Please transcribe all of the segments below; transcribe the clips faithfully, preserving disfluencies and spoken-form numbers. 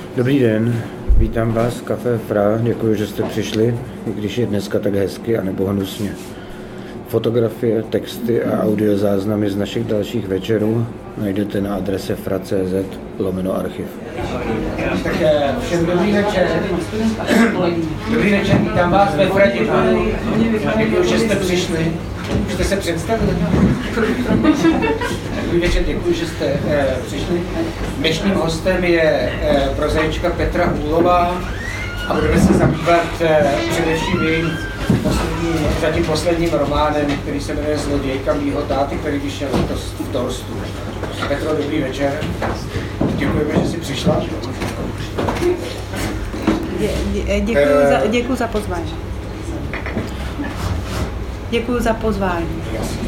Dobrý den, vítám vás v Café Fra, děkuji, že jste přišli, i když je dneska tak hezky a nebo hnusně. Fotografie, texty a audiozáznamy z našich dalších večerů najdete na adrese fra tečka cé zet lomeno archiv. Tak všem dobrý večer. Dobrý večer, vítám vás ve Fra, děkuji. Děkuji, že jste přišli. Už jste se představili? Dobrý večer, děkuji, že jste eh, přišli. Dnešním hostem je eh, prozaička Petra Hůlová a budeme se zabývat eh, především jejím poslední, zatím posledním románem, který se jmenuje Zlodějka mýho táty, který vyšel letos v Torstu. Petro, dobrý večer. Děkujeme, že jsi přišla. Dě, děkuji, uh, za, děkuji za pozvání. Děkuji za pozvání.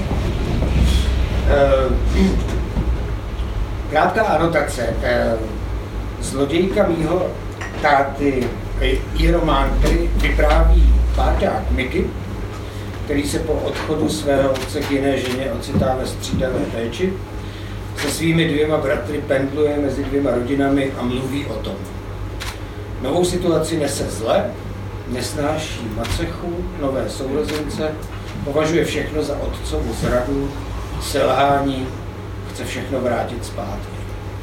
Uh, krátká anotace. Uh, Zlodějka mýho táty je román, který vypráví páťák Miky, který se po odchodu svého otce k jiné ženě ocitá ve střídavé péči. Se svými dvěma bratry pendluje mezi dvěma rodinami a mluví o tom. Novou situaci nese zle, nesnáší macechu, nové sourozence, považuje všechno za otcovu zradu, selhání, chce všechno vrátit zpátky.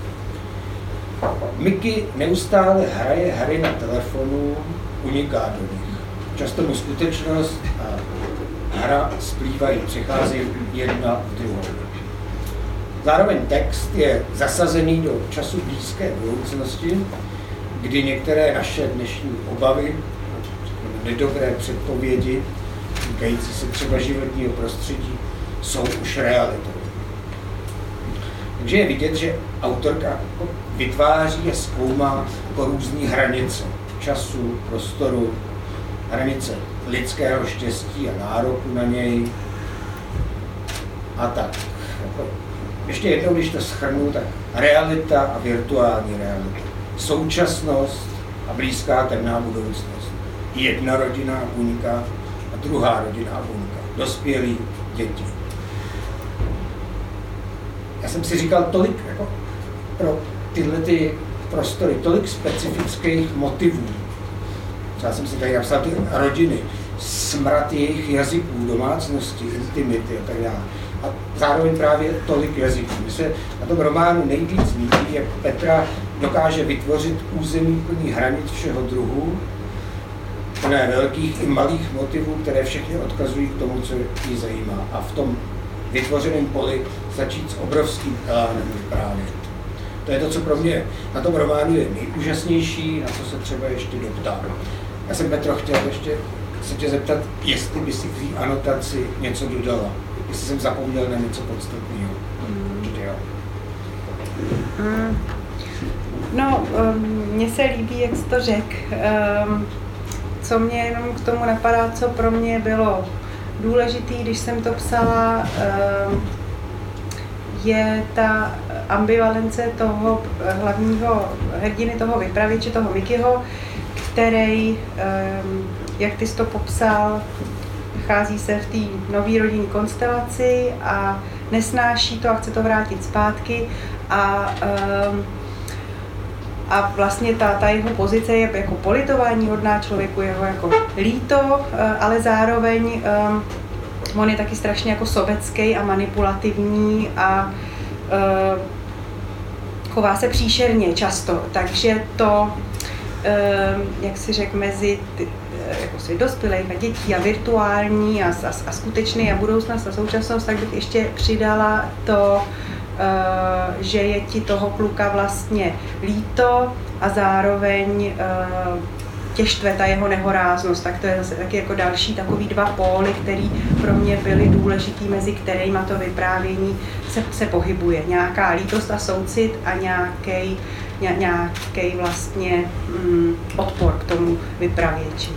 Miky neustále hraje hry na telefonu, uniká do nich. Často mu skutečnost a hra splývají, přicházejí jedna v druhou. Zároveň text je zasazený do času blízké budoucnosti, kdy některé naše dnešní obavy, nedobré předpovědi, týkající se třeba životního prostředí, jsou už realitou. Takže je vidět, že autorka vytváří a zkoumá jako různý hranice času, prostoru, hranice lidského štěstí a nároku na něj a tak. Ještě jednou, když to shrnu, tak realita a virtuální realita. Současnost a blízká temná budoucnost. Jedna rodina a buňka a druhá rodina a buňka. Dospělí, děti. Já jsem si říkal tolik jako pro tyhle ty prostory, tolik specifických motivů. Já jsem si tady napsal ty rodiny, smrad jejich jazyků, domácnosti, intimity a tak dále. A zároveň právě tolik jazyků. Mně se na tom románu nejvíc líbí, jak Petra dokáže vytvořit území plný hranic všeho druhu, plné velkých i malých motivů, které všechny odkazují k tomu, co jí zajímá. A v tom vytvořeném poli začít s obrovským elánem vyprávět. To je to, co pro mě na tom románu je nejúžasnější, na co se třeba ještě doptám. Já jsem, Petro, chtěl ještě se tě zeptat, jestli by si v té anotaci něco dodala. Jestli jsem zapomněl na něco podstatného. Určitě jo. Mm. No, mně se líbí, jak jsi to řekl. Um, co mě jenom k tomu napadá, co pro mě bylo důležitý, když jsem to psala, um, je ta ambivalence toho hlavního hrdiny, toho vypravěče, toho Mikyho, který, um, jak ty jsi to popsal, nachází se v té nový rodinné konstelaci a nesnáší to a chce to vrátit zpátky a, um, a vlastně ta, ta jeho pozice je jako politování hodná, člověku jeho jako líto, uh, ale zároveň um, on je taky strašně jako sobecký a manipulativní a uh, chová se příšerně často, takže to, uh, jak si řekl, mezi ty, jako svět dospělých a dětí a virtuální a, a, a skutečný a budoucnost a současnost, tak bych ještě přidala to, uh, že je ti toho kluka vlastně líto a zároveň uh, tě štve ta jeho nehoráznost, tak to je zase taky jako další takový dva póly, který pro mě byly důležitý, mezi kterýma to vyprávění se, se pohybuje. Nějaká lítost a soucit a nějaký nějaký vlastně mm, odpor k tomu vypravěči.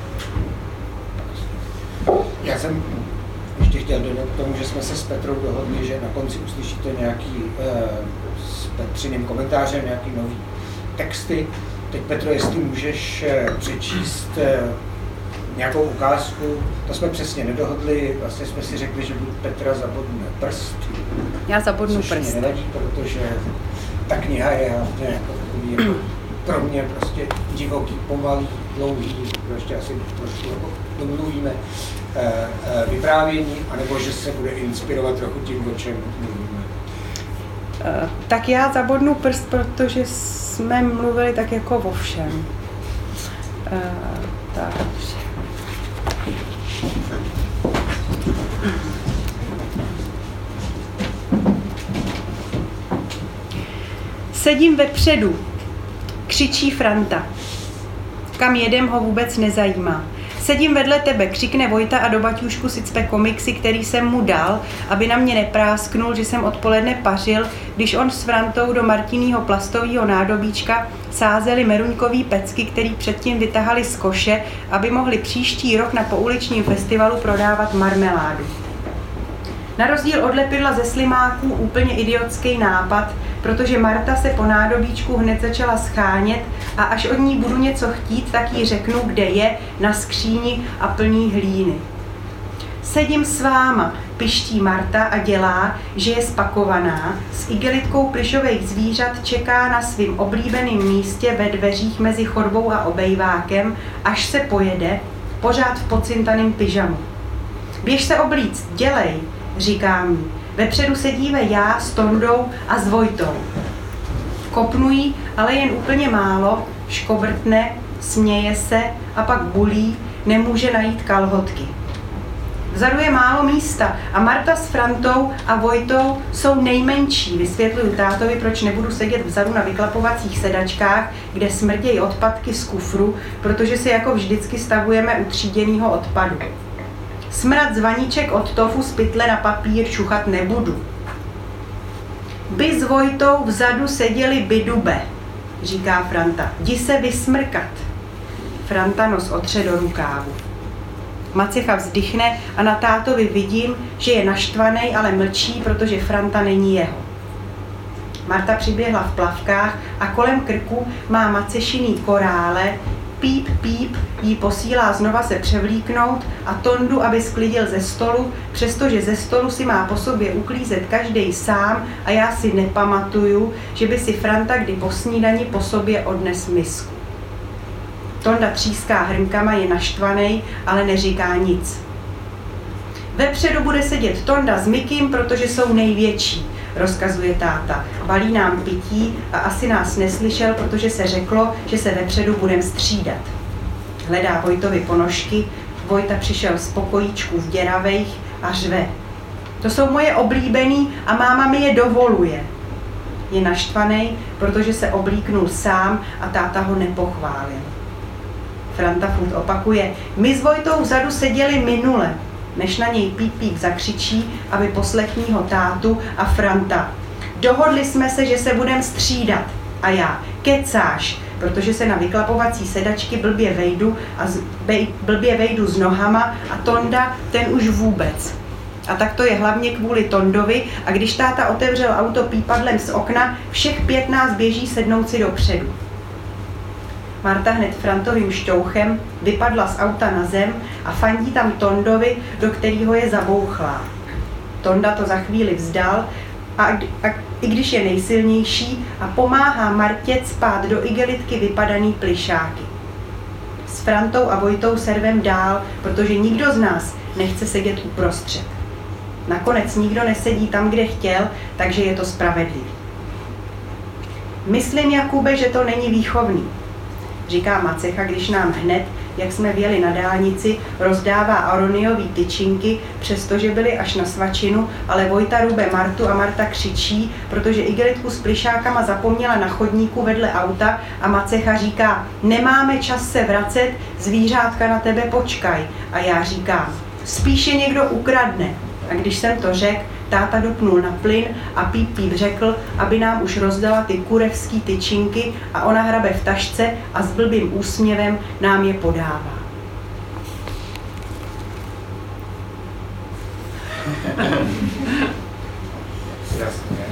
Já jsem ještě chtěl dodat k tomu, že jsme se s Petrou dohodli, že na konci uslyšíte nějaký eh, s Petřiným komentářem, nějaký nový texty. Teď, Petro, jestli můžeš eh, přečíst eh, nějakou ukázku, to jsme přesně nedohodli, vlastně jsme si řekli, že Petra zabodne prst. Já zabodnu což prst. Což mě nevadí, protože ta kniha je hlavně jako takový jako pro mě prostě divoký, pomalý, dlouhý, ještě asi trošku domluvíme, vyprávění, anebo že se bude inspirovat trochu tím, o čem mluvíme. Tak já zabodnu prst, protože jsme mluvili tak jako o všem. Tak. Sedím vepředu, křičí Franta. Kam jedem, ho vůbec nezajímá. Sedím vedle tebe, křikne Vojta a do baťůžku si cpe komiksy, který jsem mu dal, aby na mě neprásknul, že jsem odpoledne pařil, když on s Frantou do Martinýho plastového nádobíčka sázeli meruňkový pecky, který předtím vytahali z koše, aby mohli příští rok na pouličním festivalu prodávat marmeládu. Na rozdíl od lepidla ze slimáků úplně idiotský nápad, protože Marta se po nádobíčku hned začala schánět a až od ní budu něco chtít, tak jí řeknu, kde je, na skříni a plní hlíny. Sedím s váma, piští Marta a dělá, že je spakovaná, s igelitkou plyšových zvířat čeká na svým oblíbeném místě ve dveřích mezi chodbou a obejvákem, až se pojede, pořád v pocintaném pyžamu. Běž se oblíct, dělej, říká mi. Vepředu sedíme já s Tondou a s Vojtou. Kopnu jí, ale jen úplně málo, škobrtne, směje se a pak bulí, nemůže najít kalhotky. Vzadu je málo místa a Marta s Frantou a Vojtou jsou nejmenší. Vysvětluju tátovi, proč nebudu sedět vzadu na vyklapovacích sedačkách, kde smrdějí odpadky z kufru, protože si jako vždycky stavujeme u tříděnýho odpadu. Smrad z vaníček od tofu z pytle na papír čuchat nebudu. By s Vojtou vzadu seděli bydube, říká Franta. Jdi se vysmrkat. Franta nos otře do rukávu. Macecha vzdychne a na tátovi vidím, že je naštvaný, ale mlčí, protože Franta není jeho. Marta přiběhla v plavkách a kolem krku má macešiný korále, píp, píp, jí posílá znova se převlíknout a Tondu, aby sklidil ze stolu, přestože ze stolu si má po sobě uklízet každej sám a já si nepamatuju, že by si Franta kdy po snídani po sobě odnes misku. Tonda tříská hrnkama, je naštvanej, ale neříká nic. Vepředu bude sedět Tonda s Mikim, protože jsou největší, rozkazuje táta. Balí nám pití a asi nás neslyšel, protože se řeklo, že se vepředu budem střídat. Hledá Vojtovi ponožky, Vojta přišel z pokojíčků v děravejch a řve. To jsou moje oblíbený a máma mi je dovoluje. Je naštvanej, protože se oblíknul sám a táta ho nepochválil. Franta furt opakuje, my s Vojtou vzadu seděli minule, než na něj Píp Píp zakřičí, aby poslechnýho tátu a Franta. Dohodli jsme se, že se budem střídat. A já, kecáš, protože se na vyklapovací sedačky blbě vejdu a z, bej, blbě vejdu s nohama a Tonda, ten už vůbec. A tak to je hlavně kvůli Tondovi a když táta otevřel auto pípadlem z okna, všech pět nás běží sednout si dopředu. Marta hned Frantovým šťouchem vypadla z auta na zem a fandí tam Tondovi, do kterého je zabouchlá. Tonda to za chvíli vzdal a, a i když je nejsilnější a pomáhá Martě spát do igelitky vypadaný plyšáky. S Frantou a Vojtou servem dál, protože nikdo z nás nechce sedět uprostřed. Nakonec nikdo nesedí tam, kde chtěl, takže je to spravedlivý. Myslím, Jakube, že to není výchovný, říká Macecha, když nám hned, jak jsme vjeli na dálnici, rozdává aroniový tyčinky, přestože byli až na svačinu, ale Vojta rube Martu a Marta křičí, protože igelitku s plyšákama zapomněla na chodníku vedle auta a Macecha říká, nemáme čas se vracet, zvířátka na tebe počkaj. A já říkám, spíš je někdo ukradne. A když jsem to řekl, táta dupnul na plyn a Píp Píp řekl, aby nám už rozdala ty kurevský tyčinky a ona hrabe v tašce a s blbým úsměvem nám je podává. Jasně.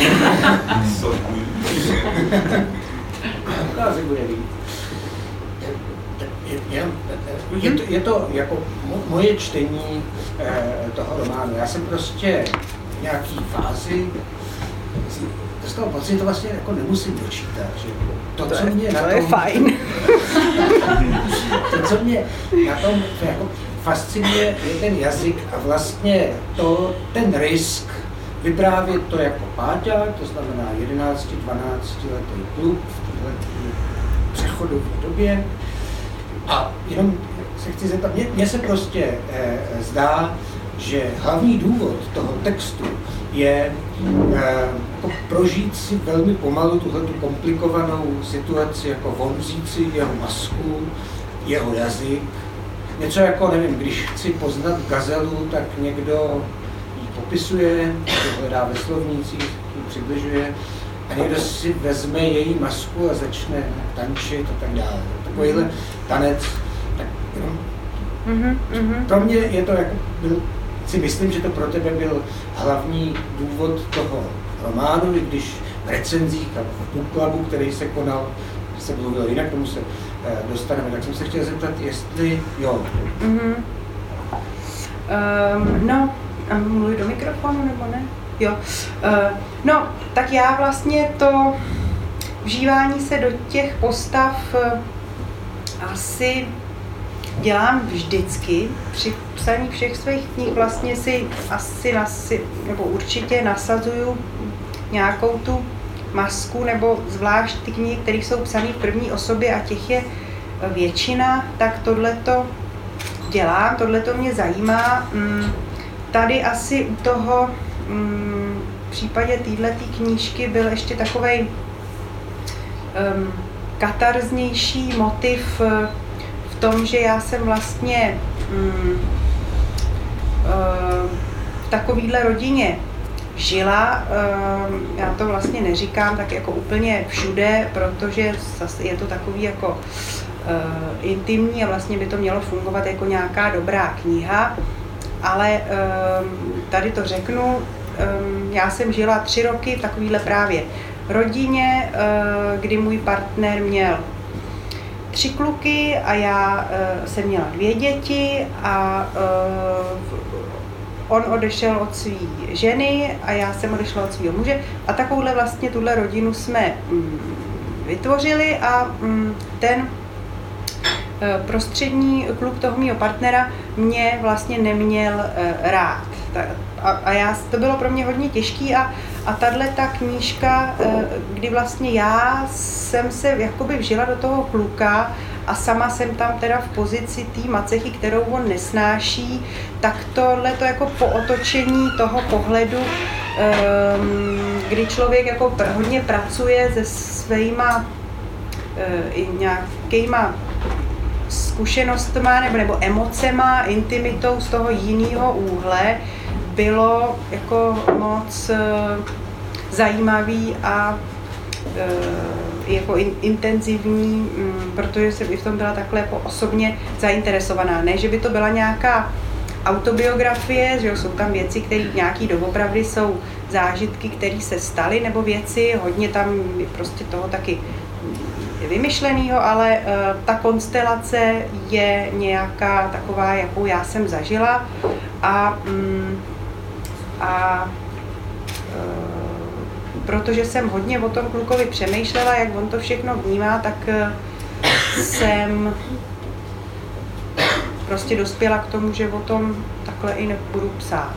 Je to, je to jako moje čtení eh, toho románu. Já jsem prostě v nějaký fázi dostal pocit, že to vlastně jako nemusím dočítat. Že to, to, co mě je, na to tom, je fajn. to, co mě na tom jako fascinuje, je ten jazyk a vlastně to, ten risk vyprávět to jako páťák, to znamená jedenácti dvanácti letý kluk v této přechodové době. A jenom se chci zeptat, mně se prostě eh, zdá, že hlavní důvod toho textu je eh, jako prožít si velmi pomalu tuhletu komplikovanou situaci, jako on vzít si jeho masku, jeho jazyk. Něco jako, nevím, když chci poznat gazelu, tak někdo ji popisuje, to hledá ve slovnících, ji přibližuje a někdo si vezme její masku a začne tančit a tak dále. Takovýhle tanec, tak jenom, Mm-hmm, mm-hmm. pro mě je to jako, byl, si myslím, že to pro tebe byl hlavní důvod toho románu, i když v recenzích a v book clubu, který se konal, se mluvil jinak, k tomu se eh, dostaneme, tak jsem se chtěl zeptat, jestli jo. Mm-hmm. Um, no, a mluví do mikrofonu nebo ne? Jo. Uh, no, tak já vlastně to vžívání se do těch postav uh, asi dělám vždycky. Při psaní všech svých knih vlastně si asi nasi, nebo určitě nasazuju nějakou tu masku, nebo zvlášť ty knihy, které jsou psané v první osobě a těch je většina, tak tohleto dělám, tohleto mě zajímá. Tady asi u toho v případě téhleté knížky byl ještě takovej um, katarznější motiv v tom, že já jsem vlastně um, uh, v takovýhle rodině žila, uh, já to vlastně neříkám tak jako úplně všude, protože zase je to takový jako uh, intimní a vlastně by to mělo fungovat jako nějaká dobrá kniha, ale uh, tady to řeknu, um, já jsem žila tři roky v takovýhle právě rodině, uh, kdy můj partner měl tři kluky a já uh, jsem měla dvě děti a uh, on odešel od své ženy a já jsem odešla od svého muže a takovouhle vlastně tuhle rodinu jsme mm, vytvořili a mm, ten uh, prostřední kluk toho mýho partnera mě vlastně neměl uh, rád. A, a já, to bylo pro mě hodně těžký a, a tahle ta knížka, kdy vlastně já jsem se jakoby vžila do toho kluka a sama jsem tam teda v pozici té macechy, kterou on nesnáší, tak tohle to jako pootočení toho pohledu, kdy člověk jako hodně pracuje se svýma i nějakýma zkušenostma nebo, nebo emocema, intimitou z toho jiného úhle, bylo jako moc uh, zajímavý a uh, jako in, intenzivní, um, protože jsem i v tom byla takhle jako osobně zainteresovaná. Ne, že by to byla nějaká autobiografie, že jsou tam věci, které nějaký doopravdy jsou zážitky, které se staly, nebo věci, hodně tam prostě toho taky vymyšlenýho, ale uh, ta konstelace je nějaká taková, jakou já jsem zažila a um, A e, protože jsem hodně o tom klukovi přemýšlela, jak on to všechno vnímá, tak e, jsem prostě dospěla k tomu, že o tom takhle i nebudu psát.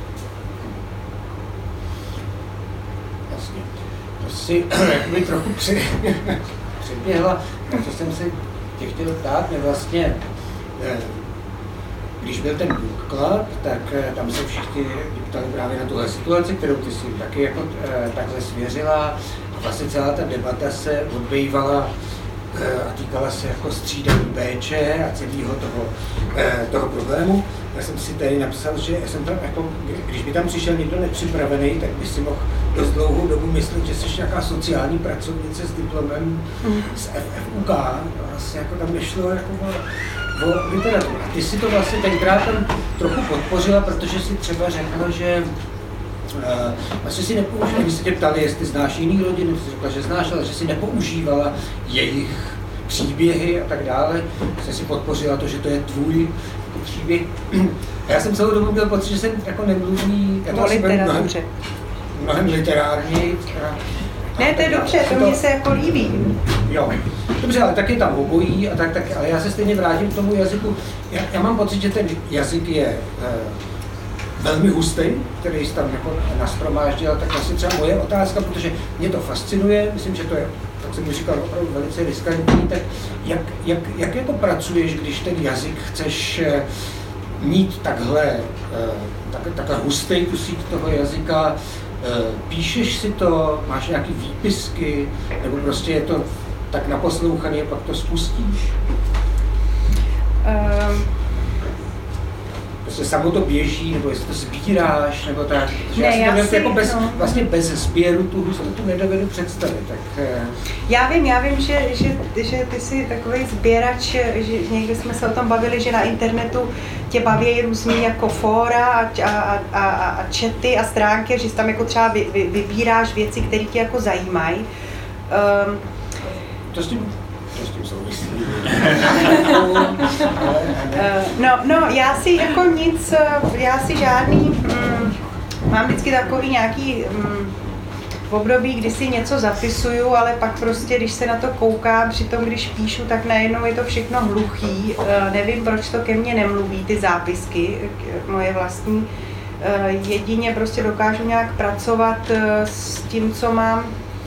Jasně. To si jakoby trochu při, předběhla, na co jsem se tě chtěl ptát, mě vlastně e, když byl ten book club, tak tam se všichni ptali právě na tuhle situaci, kterou ty si taky jako e, takhle svěřila. A vlastně celá ta debata se odbývala e, a týkala se jako střídání péče a celého toho, e, toho problému. Já jsem si tady napsal, že jsem tam jako, když by tam přišel někdo nepřipravený, tak by si mohl dost dlouhou dobu myslet, že jsi nějaká sociální pracovnice s diplomem mm. z F F U K. Vlastně jako tam nešlo jako o literaturu. A ty si to vlastně tenkrát tam trochu podpořila, protože si třeba řekla, že uh, vlastně si nepoužívala, když se tě ptali, jestli znáš jiný rodiny, ty jsi řekla, že znáš, ale že si nepoužívala jejich příběhy a tak dále. Jsi si podpořila to, že to je tvůj příběh. A já jsem celou dobu měl pocit, že jsem jako nemluví... O literatuře. mnohem literárněji. Ne, to je dobře, to mně se jako líbí. Jo, dobře, ale tak je tam obojí, a tak, tak, ale já se stejně vrátím k tomu jazyku. Já, já mám pocit, že ten jazyk je eh, velmi hustý, který jsi tam jako nashromáždil, tak asi třeba moje otázka, protože mě to fascinuje, myslím, že to je, tak jsem mi říkal, opravdu velice riskantní, tak jak, jak, jak jako pracuješ, když ten jazyk chceš eh, mít takhle, eh, tak, takhle hustý kusík toho jazyka, píšeš si to, máš nějaký výpisky, nebo prostě je to tak naposlouchaný a pak to spustíš? Um. Prostě samo to běží, nebo jestli to sbíráš, nebo tak. Ne, já si to si, jako bez, no. vlastně bez sběru tu hustotu nedovedu představit. Tak, já vím, já vím, že, že, že ty jsi takový sběrač, že někdy jsme se o tom bavili, že na internetu tě baví různý jako fóra a, a, a, a chaty a stránky, že jsi tam jako třeba vy, vy, vybíráš věci, které tě jako zajímají. Um, to s tím, to s tím souvisí. no, no, já si jako nic, já si žádný, mm, mám vždycky takový nějaký mm, v období, kdy si něco zapisuju, ale pak prostě, když se na to koukám, přitom když píšu, tak najednou je to všechno hluchý. Nevím, proč to ke mně nemluví, ty zápisky moje vlastní. Jedině prostě dokážu nějak pracovat s tím, co mám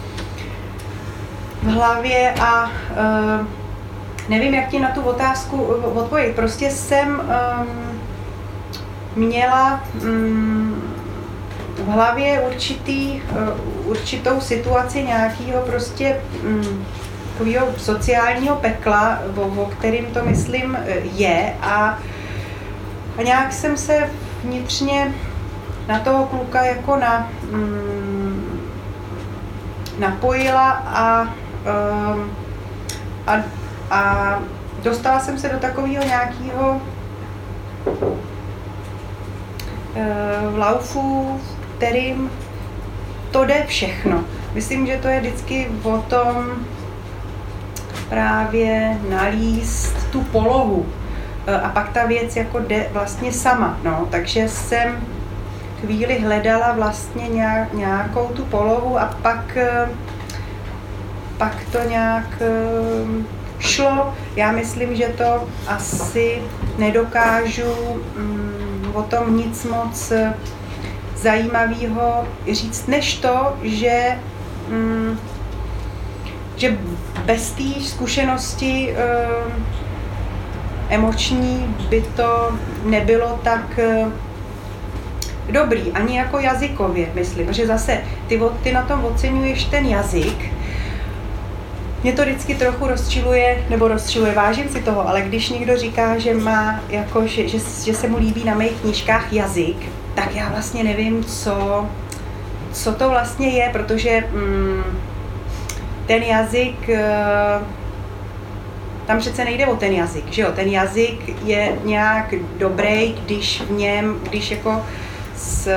v hlavě a nevím, jak ti na tu otázku odpovědět. Prostě jsem měla v hlavě určitý, určitou situaci nějakého prostě takového sociálního pekla, o, o kterým to myslím je a, a nějak jsem se vnitřně na toho kluka jako na, mm, napojila a, a, a dostala jsem se do takového nějakého v laufu, kterým to jde všechno. Myslím, že to je vždycky o tom právě nalíst tu polohu a pak ta věc jako jde vlastně sama. No. Takže jsem chvíli hledala vlastně nějakou tu polohu a pak, pak to nějak šlo. Já myslím, že to asi nedokážu o tom nic moc zajímavého říct, než to, že, mm, že bez té zkušenosti uh, emoční by to nebylo tak uh, dobrý, ani jako jazykově, myslím, protože zase ty, ty na tom oceňuješ ten jazyk. Mě to vždycky trochu rozčiluje, nebo rozčiluje, vážím si toho, ale když někdo říká, že má, jako, že, že, že se mu líbí na mých knížkách jazyk, tak já vlastně nevím, co, co to vlastně je, protože mm, ten jazyk, tam přece nejde o ten jazyk, že jo? Ten jazyk je nějak dobrý, když v něm, když jako s,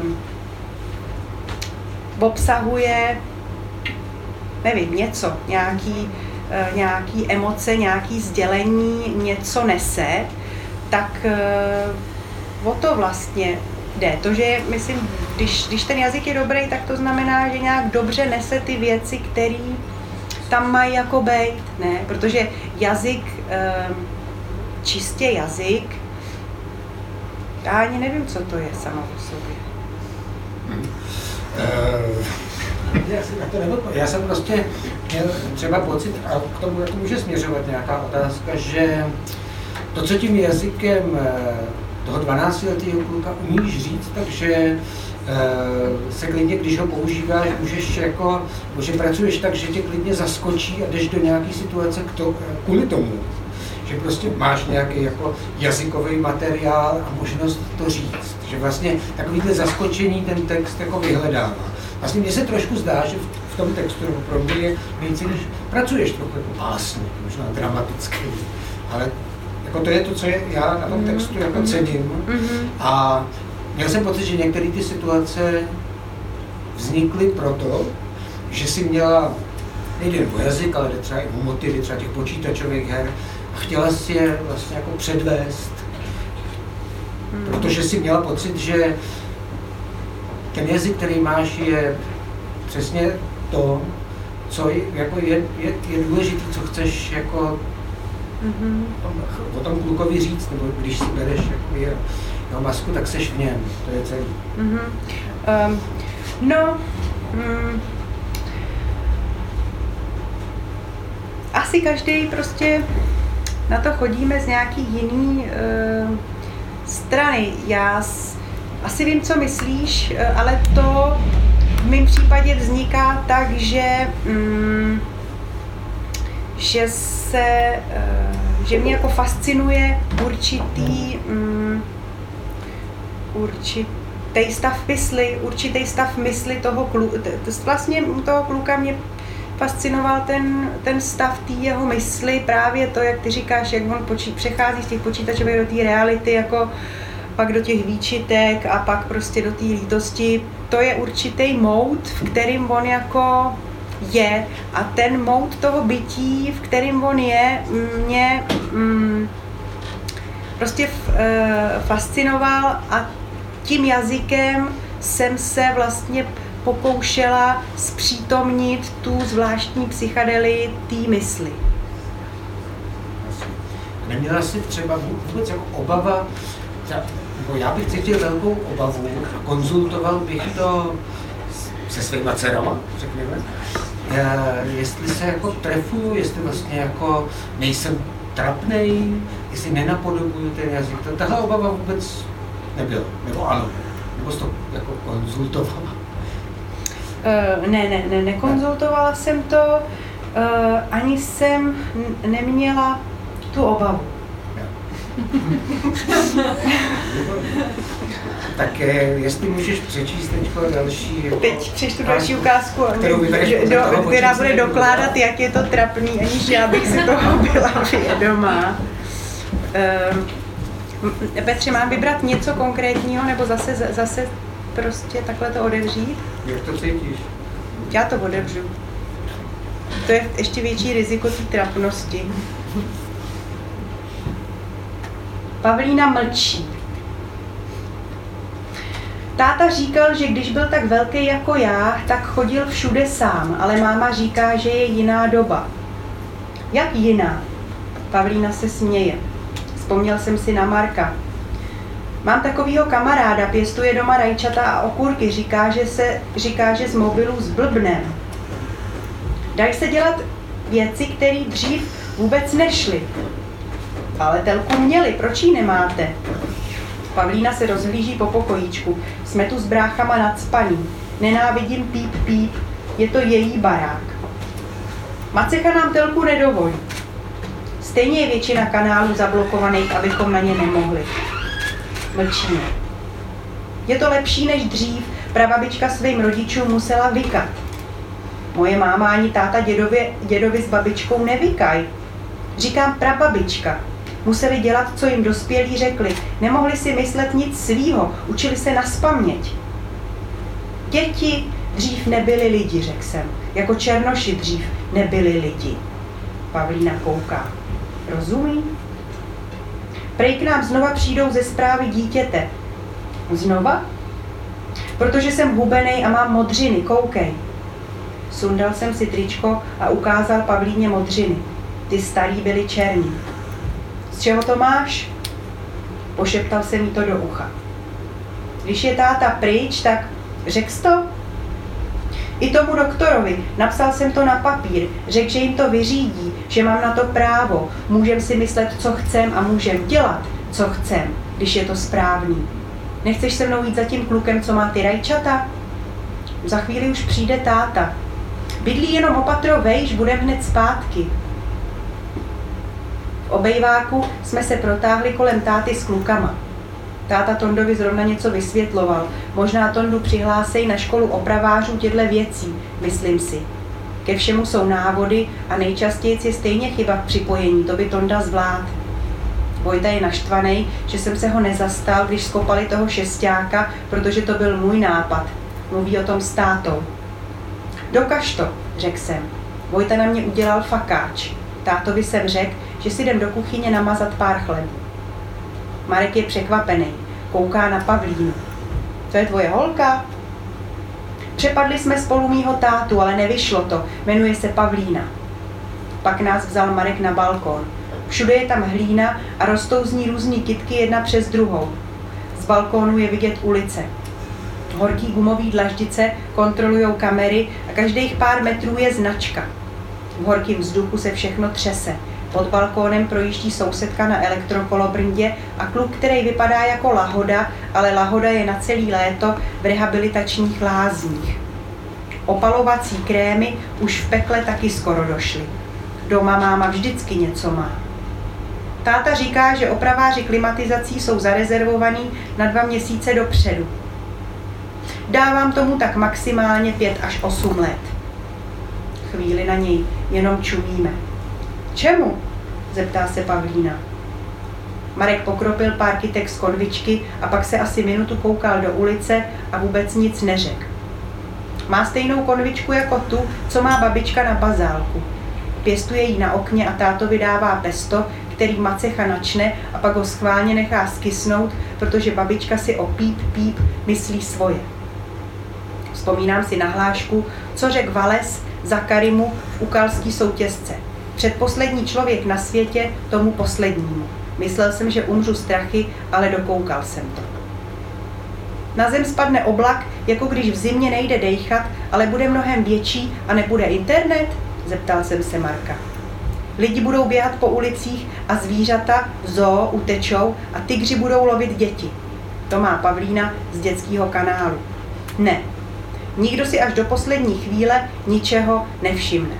obsahuje, nevím, něco, nějaký, nějaký emoce, nějaký sdělení, něco nese, tak o to vlastně jde. To, že myslím, když, když ten jazyk je dobrý, tak to znamená, že nějak dobře nese ty věci, které tam mají jako bejt, ne? Protože jazyk, čistě jazyk, já ani nevím, co to je samo o sobě. Hmm. Uh... Já jsem, to já jsem prostě měl třeba pocit, a k tomu jako může směřovat nějaká otázka, že to, co tím jazykem toho dvanáctiletého kluka umíš říct, takže se klidně, když ho používáš, můžeš jako, že pracuješ tak, že tě klidně zaskočí a jdeš do nějaké situace k to, kvůli tomu. Že prostě máš nějaký jako jazykový materiál a možnost to říct. Že vlastně takovýhle zaskočení ten text jako vyhledává. Vlastně mně se trošku zdá, že v tom textu pro mě je víc, když pracuješ trochu jako básně, možná dramaticky, ale jako to je to, co je, já na tom textu jako cením. A měl jsem pocit, že některé ty situace vznikly proto, že si měla, nejde o jazyk, ale jde třeba i o motivy třeba těch počítačových her a chtěla si je vlastně jako předvést, protože si měla pocit, že ten jazyk, který máš, je přesně to, co je, jako je, je, je důležité, co chceš jako mm-hmm. o tom klukovi říct, nebo když si bereš jako je, no, masku, tak seš v něm, to je celý. Mm-hmm. Um, no, mm, asi každý prostě na to chodíme z nějaký jiný uh, strany. Já s, asi vím, co myslíš, uh, ale to v mém případě vzniká tak, že, um, že se, uh, že mě jako fascinuje určitý, um, určitý stav mysli, určitý stav mysli toho kluka. Vlastně u toho kluka mě fascinoval ten, ten stav té jeho mysli, právě to, jak ty říkáš, jak on počí, přechází z těch počítačových do té reality, jako pak do těch výčitek a pak prostě do té lítosti. To je určitý moud, v kterým on jako je, a ten moud toho bytí, v kterým on je, mě mm, prostě f, e, fascinoval, a tím jazykem jsem se vlastně pokoušela zpřítomnit tu zvláštní psychadelii té mysli. Neměla jsi třeba vůbec jako obava, nebo já bych cítil velkou obavu, konzultoval bych to se svýma dcerama, řekněme, jestli se jako trefuju, jestli vlastně jako nejsem trapnej, jestli nenapodobuju ten jazyk. Tahle obava vůbec nebyla, nebo ano, nebo jsi to jako konzultovala? Uh, ne, ne, ne, nekonzultovala jsem to, uh, ani jsem n- neměla tu obavu. Tak je, jestli můžeš přečíst teďko další... Jako, teď přečtu další ukázku, kterou vybereš, do, do, která bude dokládat, jak je to trapný, aniž já bych si toho byla vědomá. Uh, Petře, mám vybrat něco konkrétního, nebo zase, zase prostě takhle to odevřít? Jak to cítíš? Já to odevřu. To je ještě větší riziko té trapnosti. Pavlína mlčí. Táta říkal, že když byl tak velký jako já, tak chodil všude sám, ale máma říká, že je jiná doba. Jak jiná? Pavlína se směje. Vzpomněl jsem si na Marka. Mám takovýho kamaráda, pěstuje doma rajčata a okurky, říká, že se, říká, že z mobilu zblbnem. Dají se dělat věci, které dřív vůbec nešly. Ale telku měli, proč ji nemáte? Pavlína se rozhlíží po pokojíčku. Jsme tu s bráchama nacpaní. Nenávidím píp píp, je to její barák. Macecha nám telku nedovolí. Stejně je většina kanálů zablokovaných, abychom na ně nemohli. Mlčíme. Je to lepší než dřív, prababička svým rodičům musela vykat. Moje máma ani táta dědovi, dědovi s babičkou nevykaj. Říkám prababička. Museli dělat, co jim dospělí řekli. Nemohli si myslet nic svýho, učili se naspaměť. Děti dřív nebyli lidi, řekl jsem. Jako černoši dřív nebyli lidi. Pavlína kouká. Rozumí? Prej k nám znova přijdou ze zprávy dítěte. Znova? Protože jsem hubenej a mám modřiny, koukej. Sundal jsem si tričko a ukázal Pavlíně modřiny. Ty starý byly černí. Z čeho to máš? Pošeptal jsem jí to do ucha. Když je táta pryč, tak řekl jsi to? I tomu doktorovi. Napsal jsem to na papír. Řekl, že jim to vyřídí, že mám na to právo. Můžem si myslet, co chcem, a můžem dělat, co chcem, když je to správný. Nechceš se mnou jít za tím klukem, co má ty rajčata? Za chvíli už přijde táta. Bydlí jenom o patro vejš, budem hned zpátky. V obejváku jsme se protáhli kolem táty s klukama. Táta Tondovi zrovna něco vysvětloval. Možná Tondu přihlásej na školu opravářů těchto věcí, myslím si. Ke všemu jsou návody a nejčastěji je stejně chyba v připojení, to by Tonda zvlád. Vojta je naštvaný, že jsem se ho nezastal, když skopali toho šestáka, protože to byl můj nápad. Mluví o tom s tátou. Dokaž to, řekl jsem. Vojta na mě udělal fakáč. Tátovi jsem řekl, že si jdem do kuchyně namazat pár chlebů. Marek je překvapený, kouká na Pavlínu. To je tvoje holka? Přepadli jsme spolu mýho tátu, ale nevyšlo to. Jmenuje se Pavlína. Pak nás vzal Marek na balkón. Všude je tam hlína a rostou z ní různý kytky jedna přes druhou. Z balkónu je vidět ulice. Horký gumový dlaždice kontrolujou kamery a každých pár metrů je značka. V horkém vzduchu se všechno třese. Pod balkónem projíždí sousedka na elektrokolobrndě a kluk, který vypadá jako Lahoda, ale Lahoda je na celý léto v rehabilitačních lázních. Opalovací krémy už v pekle taky skoro došly. Doma máma vždycky něco má. Táta říká, že opraváři klimatizací jsou zarezervovaní na dva měsíce dopředu. Dávám tomu tak maximálně pět až osm let. Chvíli na něj jenom čumíme. Čemu? Zeptá se Pavlína. Marek pokropil pár kytek z konvičky a pak se asi minutu koukal do ulice a vůbec nic neřekl. Má stejnou konvičku jako tu, co má babička na bazálku. Pěstuje ji na okně a tátovi dává pesto, který macecha načne a pak ho schválně nechá skysnout, protože babička si o píp píp myslí svoje. Vzpomínám si na hlášku, co řekl Vales za Karimu v ukalský soutězce. Předposlední člověk na světě tomu poslednímu. Myslel jsem, že umřu strachy, ale dokoukal jsem to. Na zem spadne oblak, jako když v zimě nejde dejchat, ale bude mnohem větší a nebude internet? Zeptal jsem se Marka. Lidi budou běhat po ulicích a zvířata v zoo utečou a tygři budou lovit děti. To má Pavlína z dětského kanálu. Ne. Nikdo si až do poslední chvíle ničeho nevšimne.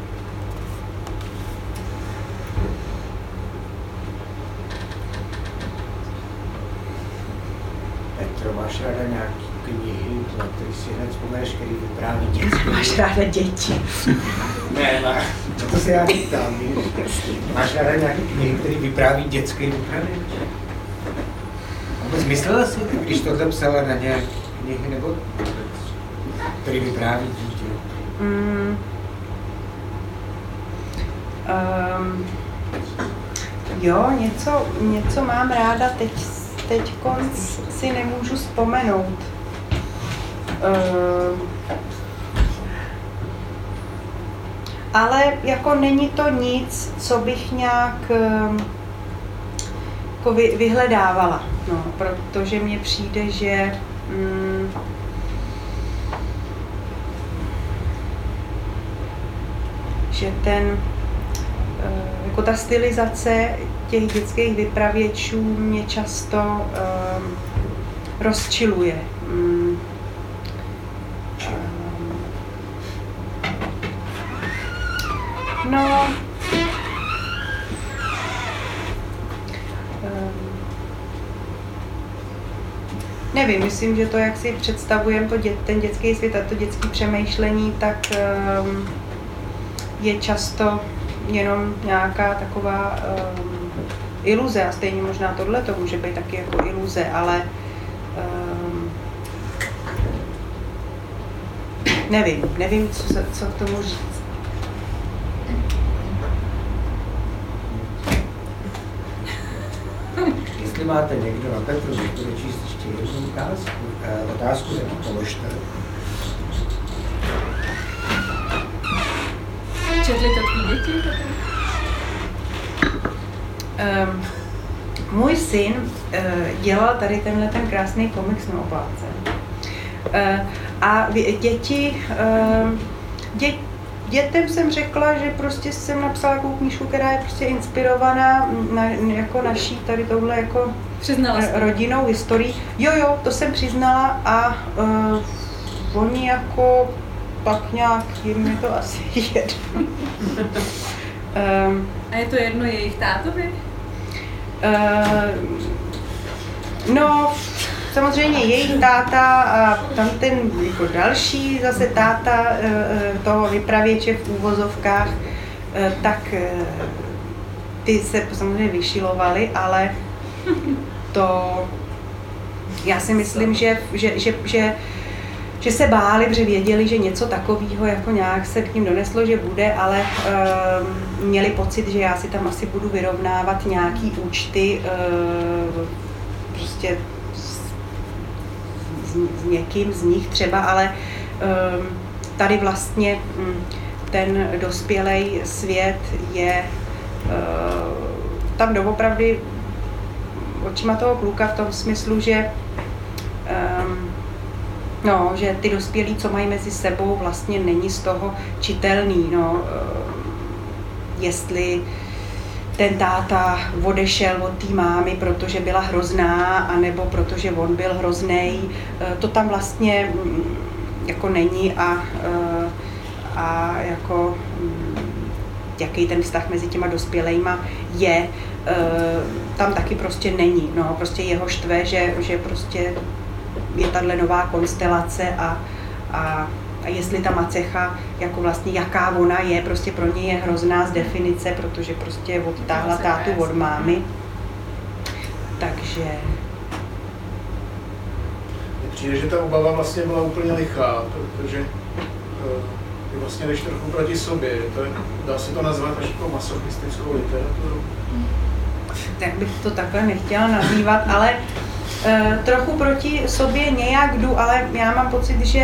Petro, máš ráda nějaký knihy, na který si hned vzpomeneš, který vypráví dětský? Máš ráda děti. Ne, má. No to si já říkám, víš. Máš ráda nějaký knihy, který vypráví dětský vyprávěč? Vůbec myslela si, když tohle psala na nějaké knihy, nebo který vypráví dítě? Mm. Um. Jo, něco, něco mám ráda, teď, teď konc si nemůžu vzpomenout. Um. Ale jako není to nic, co bych nějak um, jako vy, vyhledávala, no, protože mně přijde, že um, že ten, jako ta stylizace těch dětských vypravěčů mě často um, rozčiluje. Um, no, um, nevím, myslím, že to, jak si představujeme to dě, ten dětský svět a to dětské přemýšlení, tak um, je často jenom nějaká taková um, iluze a stejně možná tohle to může být taky jako iluze, ale um, nevím, nevím, co, co k tomu říct. Jestli máte někdo na Petru, bude číst ještě jednu otázku, eh, otázku se položte. Četli to tvý děti? Um, můj syn uh, dělal tady tenhle ten krásný komiks na oplátce. Uh, a děti, uh, dě, dětem jsem řekla, že prostě jsem napsala takovou knížku, která je prostě inspirovaná na, jako naší tady touhle jako Přiznala jsi. rodinnou historií. Jo, jo, to jsem přiznala a uh, oni jako pak nějak jim je to asi jedno. um, A je to jedno jejich tátovi? Uh, no, samozřejmě jejich táta a tam ten jako další zase táta uh, toho vypravěče v úvozovkách, uh, tak uh, ty se samozřejmě vyšilovali, ale to já si myslím, že, že, že, že že se báli, protože věděli, že něco takového jako nějak se k ním doneslo, že bude, ale uh, měli pocit, že já si tam asi budu vyrovnávat nějaký účty uh, prostě s, s, s někým z nich třeba, ale tady vlastně ten dospělej svět je tam doopravdy očima toho kluka v tom smyslu, že no, že ty dospělí, co mají mezi sebou, vlastně není z toho čitelný, no, jestli ten táta odešel od té mámy, protože byla hrozná, anebo protože on byl hroznej, to tam vlastně jako není a, a jako jaký ten vztah mezi těma dospělejma je, tam taky prostě není, no, prostě jeho štve, že, že prostě je tahle nová konstelace a, a, a jestli ta macecha, jako vlastně jaká ona je, prostě pro něj je hrozná z definice, protože prostě odtáhla tátu od mámy. Takže... Mně přijde, že ta obava vlastně byla úplně lichá, protože ty vlastně jdeš trochu proti sobě. To je, dá se to nazvat až jako masochistickou literaturu? Tak bych to takhle nechtěla nazývat, ale Uh, trochu proti sobě nějak jdu, ale já mám pocit, že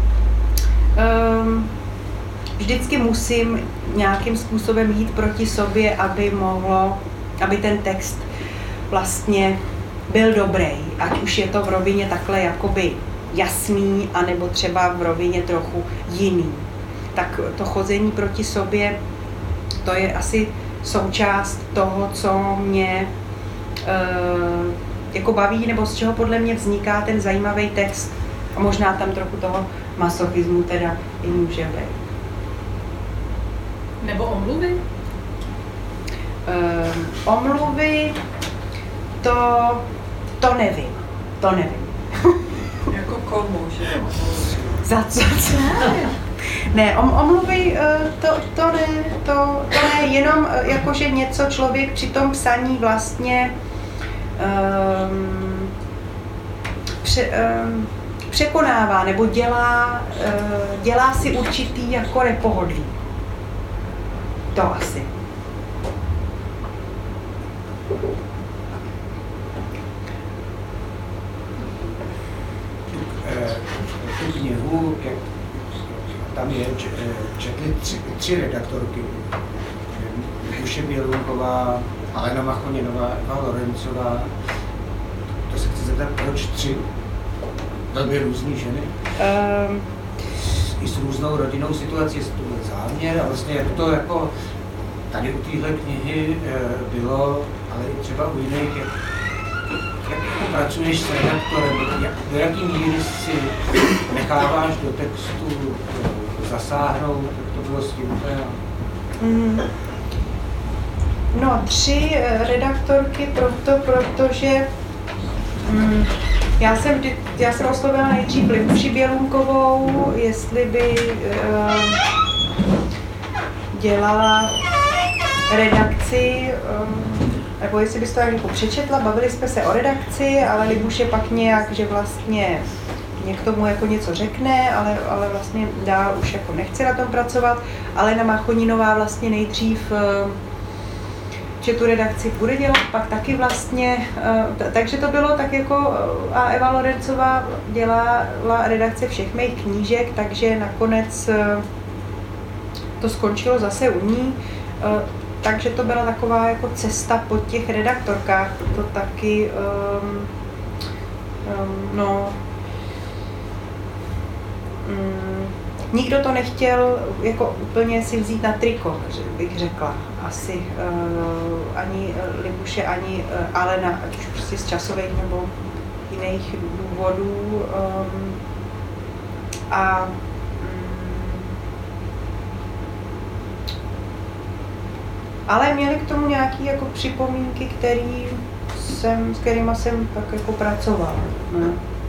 um, vždycky musím nějakým způsobem jít proti sobě, aby mohlo, aby ten text vlastně byl dobrý, ať už je to v rovině takhle jakoby jasný, anebo třeba v rovině trochu jiný. Tak to chození proti sobě, to je asi součást toho, co mě uh, jako baví, nebo z čeho podle mě vzniká ten zajímavý text. A možná tam trochu toho masochismu teda i může být. Nebo omluvy? Um, omluvy, to, to nevím. To nevím. Jako komu, že jo? Za co? Ne, om, omluvy, to, to ne, to, to ne, jenom jakože něco člověk při tom psaní vlastně Um, pře, um, překonává nebo dělá, uh, dělá si určitý jako nepohodlí. To asi. Tu knihu, tam je, četli tři, tři redaktorky. Duše Bělounková, Alena Machoninová, Eva Lorencová. To se chci zeptat, proč tři velmi různý ženy? Um. I s různou rodinnou situací, jestli to byl záměr a vlastně jak to jako tady u téhle knihy bylo, ale i třeba u jiných, jak, jak jako pracuješ s redaktorem, jak, do jaký míry si necháváš do textu zasáhnout, jak to bylo s tím. Mm. No, tři redaktorky proto, protože mm, já jsem, vždy, já jsem oslovila nejdřív Libuši Bělounkovou, jestli by uh, dělala redakci, um, nebo jestli bys to jako přečetla, bavili jsme se o redakci, ale Libuše pak nějak, že vlastně mě k tomu jako něco řekne, ale, ale vlastně dál už jako nechce na tom pracovat. Alena Machoninová vlastně nejdřív uh, že tu redakci bude dělat, pak taky vlastně, takže to bylo tak jako, a Eva Lorencová dělala redakce všech mých knížek, takže nakonec to skončilo zase u ní, takže to byla taková jako cesta po těch redaktorkách, to taky, um, um, no, um, nikdo to nechtěl jako úplně si vzít na triko, bych řekla. Asi uh, ani Libuše, ani uh, Alena, ať už prostě z časových nebo jiných důvodů. Um, a um, ale měli k tomu nějaké jako připomínky, který jsem, s kterýma jsem tak jako pracovala. Ne?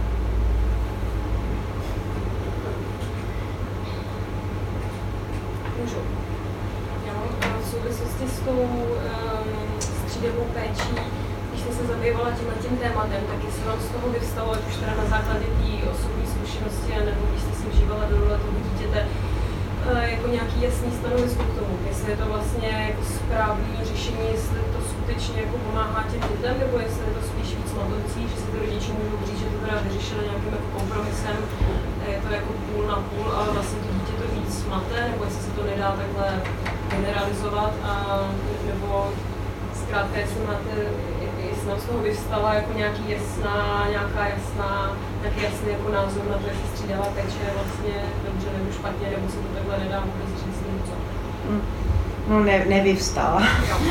S tou um, střídavou péčí, když jste se zabývala tímhle tím tématem, tak jestli vám z toho vyvstalo, ať už teda na základě té osobní zkušenosti, nebo když jste si vžívala do role toho dítěte, uh, jako nějaký jasný stanovisko k tomu, jestli je to vlastně jako správný řešení, jestli to skutečně jako pomáhá těm dětem, nebo jestli je to spíš víc matoucí, že si ty rodiče můžou říct, že to teda vyřešili nějakým jako kompromisem je to jako půl na půl, ale vlastně to dítě to víc mate, nebo jestli se to nedá takhle generalizovat, a, nebo zkrátka, jestli máte, jestli nám z toho vyvstala jako nějaký jasná, nějaká jasná, nějaký jasný jako názor na to, jestli střídavá péče je vlastně dobře nebo špatně, nebo se to takhle nedá vůbec říct, nebo co. No ne, nevyvstala.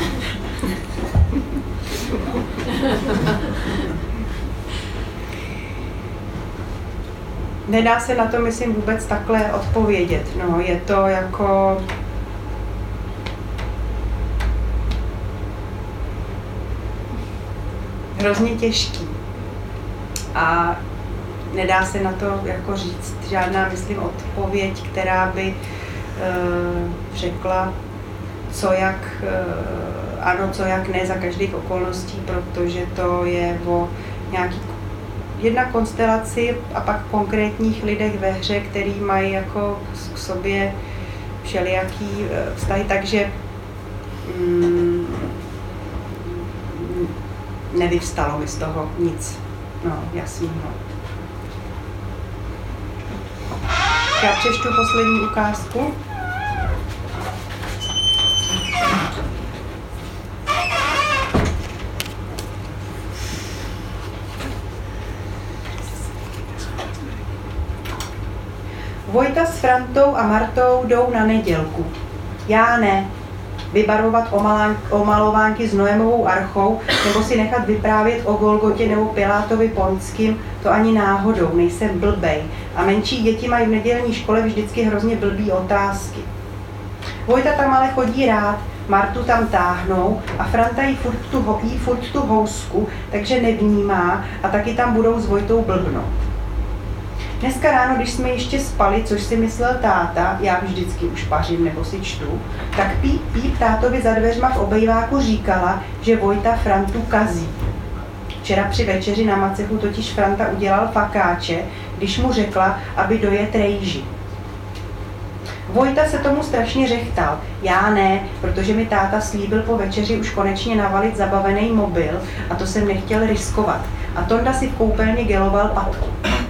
Nedá se na to, myslím, vůbec takhle odpovědět. No, je to jako... hrozně těžký. A nedá se na to jako říct žádná, myslím, odpověď, která by uh, řekla, co jak uh, ano, co jak ne za každých okolností, protože to je o nějaký jedna konstelaci a pak konkrétních lidech ve hře, který mají jako k sobě všelijaký uh, vztahy, takže mm, nevyvstalo mi z toho nic, no, jasného. Já přečtu poslední ukázku. Vojta s Frantou a Martou jdou na nedělku. Já ne. Vybarvovat omalovánky s Noémovou archou nebo si nechat vyprávět o Golgotě nebo Pilátovi Ponským, to ani náhodou, nejsem blbej. A menší děti mají v nedělní škole vždycky hrozně blbý otázky. Vojta tam ale chodí rád, Martu tam táhnou a Franta jí furt tu, jí furt tu housku, takže nevnímá a taky tam budou s Vojtou blbnout. Dneska ráno, když jsme ještě spali, což si myslel táta, já vždycky už pařím nebo si čtu, tak píp, píp tátovi za dveřma v obejváku říkala, že Vojta Frantu kazí. Včera při večeři na macechu totiž Franta udělal fakáče, když mu řekla, aby dojet rejži. Vojta se tomu strašně řechtal, já ne, protože mi táta slíbil po večeři už konečně navalit zabavený mobil a to jsem nechtěl riskovat. A Tonda si v koupelně geloval patku.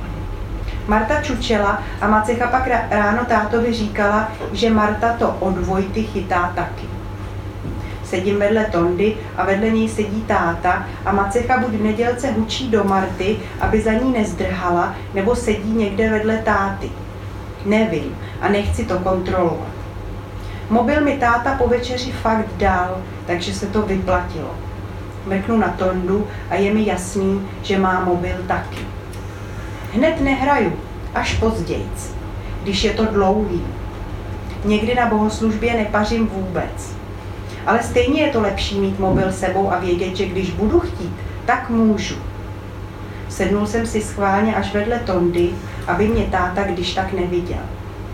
Marta čučela a macecha pak ráno tátovi říkala, že Marta to od Vojty chytá taky. Sedím vedle Tondy a vedle něj sedí táta a macecha buď v nedělce hučí do Marty, aby za ní nezdrhala, nebo sedí někde vedle táty. Nevím a nechci to kontrolovat. Mobil mi táta po večeři fakt dal, takže se to vyplatilo. Mrknu na Tondu a je mi jasný, že má mobil taky. Hned nehraju, až pozdějc, když je to dlouhý. Někdy na bohoslužbě nepařím vůbec. Ale stejně je to lepší mít mobil sebou a vědět, že když budu chtít, tak můžu. Sednul jsem si schválně až vedle Tondy, aby mě táta když tak neviděl.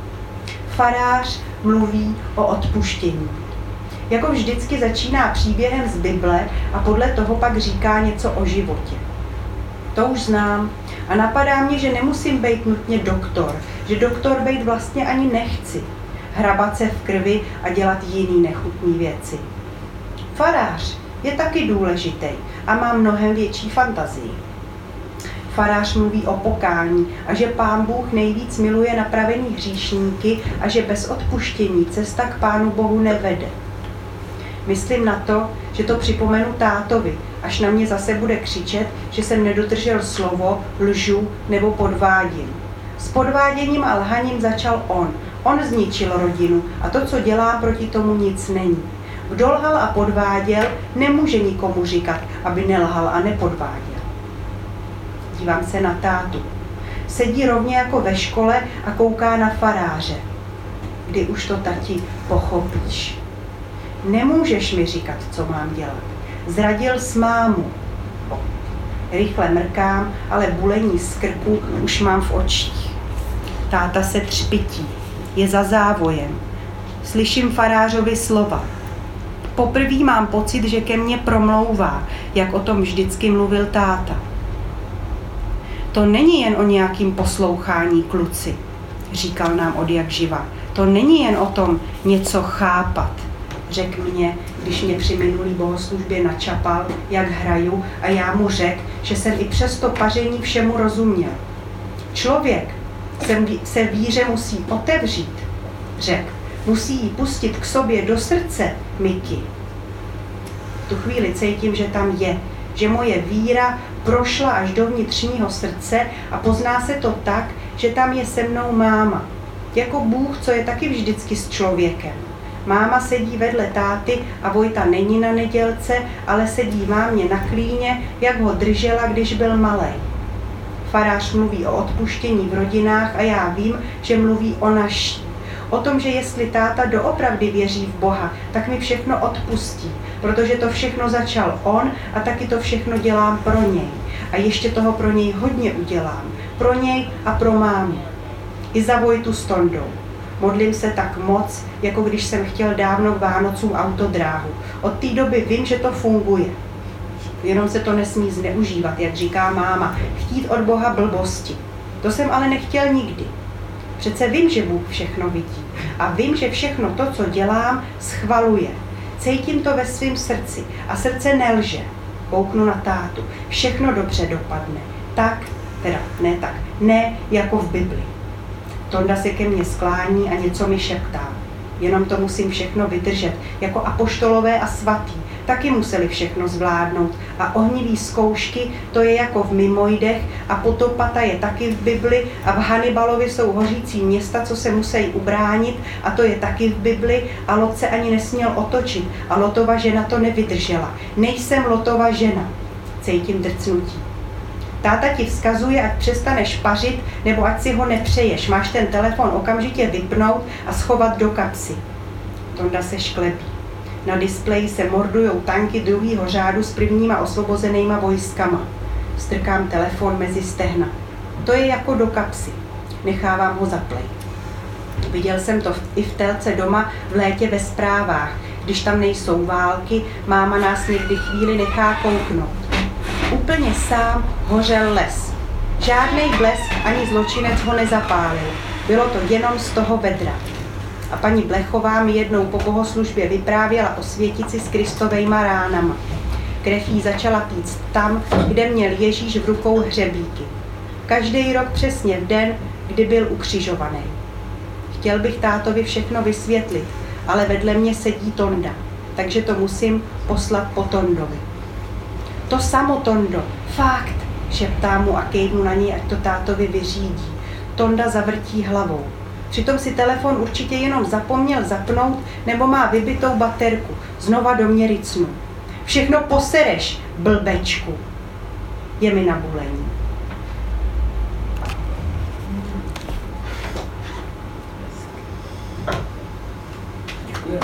Farář mluví o odpuštění. Jako vždycky začíná příběhem z Bible a podle toho pak říká něco o životě. To už znám a napadá mě, že nemusím být nutně doktor, že doktor být vlastně ani nechci. Hrabat se v krvi a dělat jiný nechutný věci. Farář je taky důležitý a má mnohem větší fantazii. Farář mluví o pokání a že Pán Bůh nejvíc miluje napravený hříšníky a že bez odpuštění cesta k Pánu Bohu nevede. Myslím na to, že to připomenu tátovi, až na mě zase bude křičet, že jsem nedodržel slovo, lžu nebo podvádím. S podváděním a lhaním začal on. On zničil rodinu a to, co dělá, proti tomu nic není. Kdo lhal a podváděl, nemůže nikomu říkat, aby nelhal a nepodváděl. Dívám se na tátu. Sedí rovně jako ve škole a kouká na faráře. Kdy už to, tati, pochopíš? Nemůžeš mi říkat, co mám dělat. Zradil s mámu. Rychle mrkám, ale bulení z krku už mám v očích. Táta se třpytí. Je za závojem. Slyším farářovi slova. Poprvé mám pocit, že ke mně promlouvá, jak o tom vždycky mluvil táta. To není jen o nějakým poslouchání, kluci, říkal nám odjak živa. To není jen o tom něco chápat, řekl mě, když mě při minulý bohoslužbě načapal, jak hraju, a já mu řekl, že jsem i přes to paření všemu rozuměl. Člověk, se víře musí otevřít, řekl. Musí ji pustit k sobě do srdce, Miky. V tu chvíli cítím, že tam je, že moje víra prošla až do vnitřního srdce a pozná se to tak, že tam je se mnou máma. Jako Bůh, co je taky vždycky s člověkem. Máma sedí vedle táty a Vojta není na nedělce, ale sedí mámě na klíně, jak ho držela, když byl malej. Farář mluví o odpuštění v rodinách a já vím, že mluví o naší. O tom, že jestli táta doopravdy věří v Boha, tak mi všechno odpustí, protože to všechno začal on a taky to všechno dělám pro něj. A ještě toho pro něj hodně udělám. Pro něj a pro mámu. I za Vojtu s Tondou. Modlím se tak moc, jako když jsem chtěl dávno k Vánocům autodráhu. Od té doby vím, že to funguje. Jenom se to nesmí zneužívat, jak říká máma. Chtít od Boha blbosti. To jsem ale nechtěl nikdy. Přece vím, že Bůh všechno vidí. A vím, že všechno to, co dělám, schvaluje. Cítím to ve svém srdci. A srdce nelže. Kouknu na tátu. Všechno dobře dopadne. Tak, teda ne tak, ne jako v Bibli. Tonda se ke mně sklání a něco mi šeptá. Jenom to musím všechno vydržet. Jako apoštolové a svatí. Taky museli všechno zvládnout. A ohnivý zkoušky, to je jako v Mimojdech a potopata je taky v Bibli a v Hannibalovi jsou hořící města, co se musí ubránit a to je taky v Bibli a Lot se ani nesměl otočit a Lotova žena to nevydržela. Nejsem Lotova žena. Cítím drcnutí. Táta ti vzkazuje, ať přestaneš pařit, nebo ať si ho nepřeješ. Máš ten telefon okamžitě vypnout a schovat do kapsy. Tonda se šklepí. Na displeji se mordujou tanky druhýho řádu s prvníma osvobozenýma vojskama. Strkám telefon mezi stehna. To je jako do kapsy. Nechávám ho zaplej. Viděl jsem to i v telce doma v létě ve zprávách. Když tam nejsou války, máma nás někdy chvíli nechá kouknout. Úplně sám hořel les. Žádnej blesk ani zločinec ho nezapálil. Bylo to jenom z toho vedra. A paní Blechová mi jednou po bohoslužbě vyprávěla o světici s Kristovejma ránama. Krev jí začala pít tam, kde měl Ježíš v rukou hřebíky. Každý rok přesně v den, kdy byl ukřižovaný. Chtěl bych tátovi všechno vysvětlit, ale vedle mě sedí Tonda, takže to musím poslat po Tondovi. To samo, Tondo, fakt, šeptám mu a kejvnu na něj, ať to tátovi vyřídí. Tonda zavrtí hlavou. Přitom si telefon určitě jenom zapomněl zapnout nebo má vybitou baterku. Znova do mě ricnu. Všechno posereš, blbečku. Je mi na bulení. Děkuji.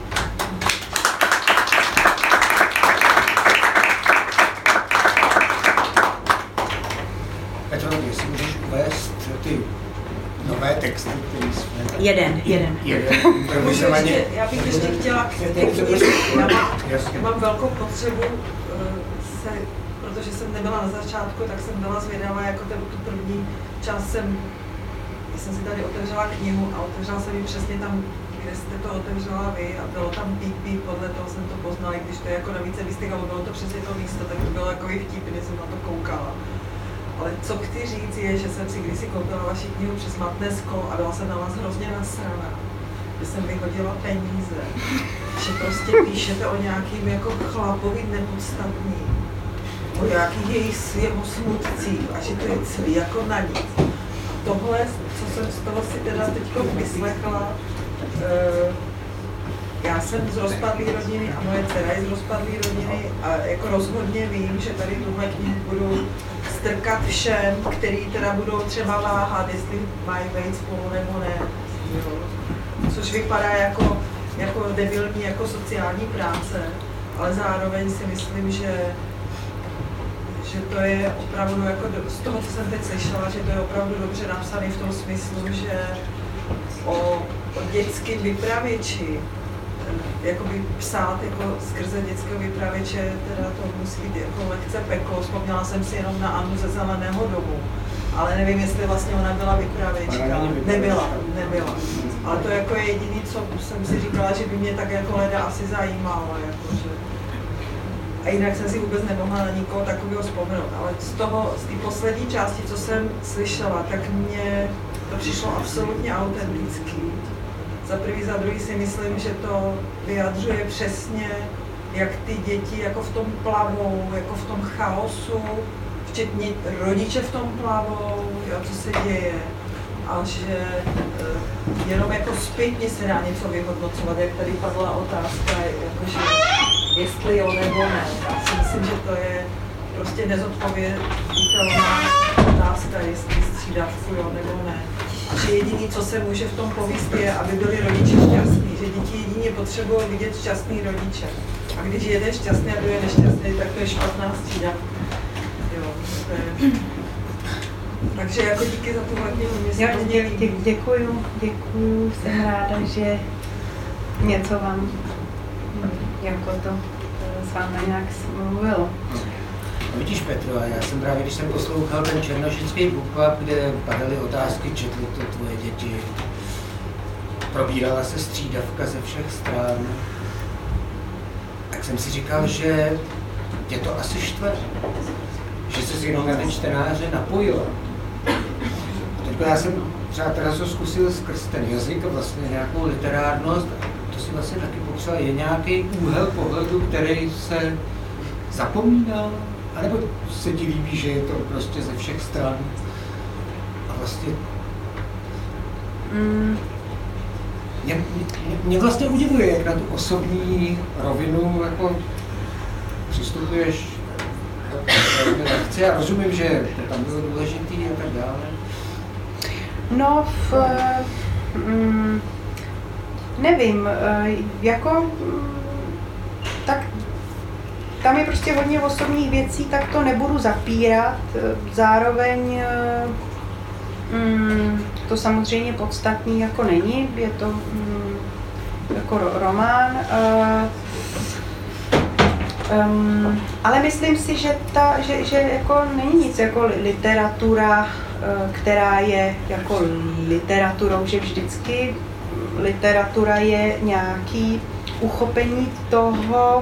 Petro, jestli můžeš uvést ty nové texty, které jsme... Jeden, jeden. Jeden. Můžu ještě, já bych ještě chtěla k já, mám, já mám velkou potřebu se, protože jsem nebyla na začátku, tak jsem byla zvědavá, jako ten, tu první část jsem, jsem si tady otevřela knihu a otevřela jsem ji přesně tam, kde jste to otevřela vy a bylo tam píp, píp, podle toho jsem to poznala, i když to je jako na více místech, ale bylo to přesně to místo, tak to bylo jako i vtipný, jsem na to koukala. Ale co chci říct je, že jsem si kdysi koupila vaši knihu přes Matnesko a byla jsem na vás hrozně nasraná, že jsem vyhodila peníze, že prostě píšete o nějakým jako chlapovi nepodstatným, o nějakých jejich jeho smutcích a že to je celý jako na nic. A tohle, co jsem z toho si teda teďko vyslechla, uh, já jsem z rozpadlé rodiny a moje dcera je z rozpadlé rodiny a jako rozhodně vím, že tady tuhle knihu budu strkat všem, který teda budou třeba váhat, jestli mají být spolu nebo ne. Jo. Což vypadá jako, jako debilní jako sociální práce, ale zároveň si myslím, že, že to je opravdu, jako do, z toho, co jsem teď slyšela, že to je opravdu dobře napsané v tom smyslu, že o, o dětském vypravěči, jakoby psát jako skrze dětského vypravěče, teda to musí být jako lehce peklo, vzpomněla jsem si jenom na Annu ze Zeleného domu, ale nevím, jestli vlastně ona byla vypravěčka, nebyla, nebyla, ale to jako je jediný, co jsem si říkala, že by mě tak jako leda asi zajímalo, jakože. A jinak jsem si vůbec nemohla na nikoho takového vzpomenout, ale z toho, z té poslední části, co jsem slyšela, tak mě to přišlo absolutně autentický. Za prvý, za druhý si myslím, že to vyjadřuje přesně, jak ty děti jako v tom plavou, jako v tom chaosu, včetně rodiče v tom plavou, jo, co se děje. A že e, jenom jako zpětně se dá něco vyhodnocovat, jak tady padla otázka, jakože jestli jo nebo ne. Já si myslím, že to je prostě nezodpověditelná otázka, jestli střídavku jo nebo ne. A že jediný, co se může v tom povíst, je, aby byli rodiče šťastní. Že děti jedině potřebují vidět šťastný rodiče. A když jeden je šťastný a druhý je nešťastný, tak to je špatná střídavka. Jo, to je... Takže jako díky za tuhle knihu, mě se hodně líbí. Děkuju, děkuju, jsem ráda, že něco vám jako to s vámi nějak mluvilo. Vidíš, Petro, já jsem právě, když jsem poslouchal ten černošický book club, kde padaly otázky, četly to tvoje děti, probírala se střídavka ze všech stran, tak jsem si říkal, že tě to asi štve, že jsi jenom na ten čtenáře napojila. Teď já jsem třeba teraz to zkusil skrz ten jazyk a vlastně nějakou literárnost, to si vlastně taky potřeba, je nějaký úhel pohledu, který se zapomíná, anebo se ti líbí, že je to prostě ze všech stran a vlastně mm. mě, mě, mě vlastně udivuje, jak na tu osobní rovinu jako přistupuješ. Já rozumím, že to tam bylo důležitý a tak dále. No, v, mm, nevím, jako, tak tam je prostě hodně osobních věcí, tak to nebudu zapírat. Zároveň mm, to samozřejmě podstatný jako není, je to mm, jako román. Um, ale myslím si, že, ta, že, že jako není nic jako literatura, která je jako literaturou, že vždycky literatura je nějaký uchopení toho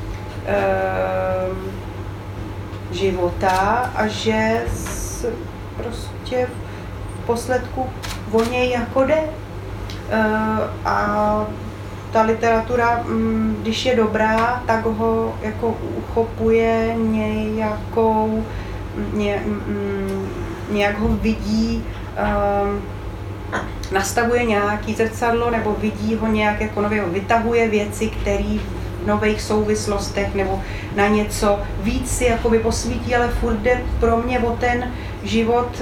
um, života a že s, prostě v posledku o něj jako jde. Uh, a ta literatura, když je dobrá, tak ho jako uchopuje nějakou, ně, nějak ho vidí, um, nastavuje nějaký zrcadlo nebo vidí ho nějak jako nově, vytahuje věci, které v nových souvislostech nebo na něco víc si jakoby posvítí, ale furt jde pro mě o ten život,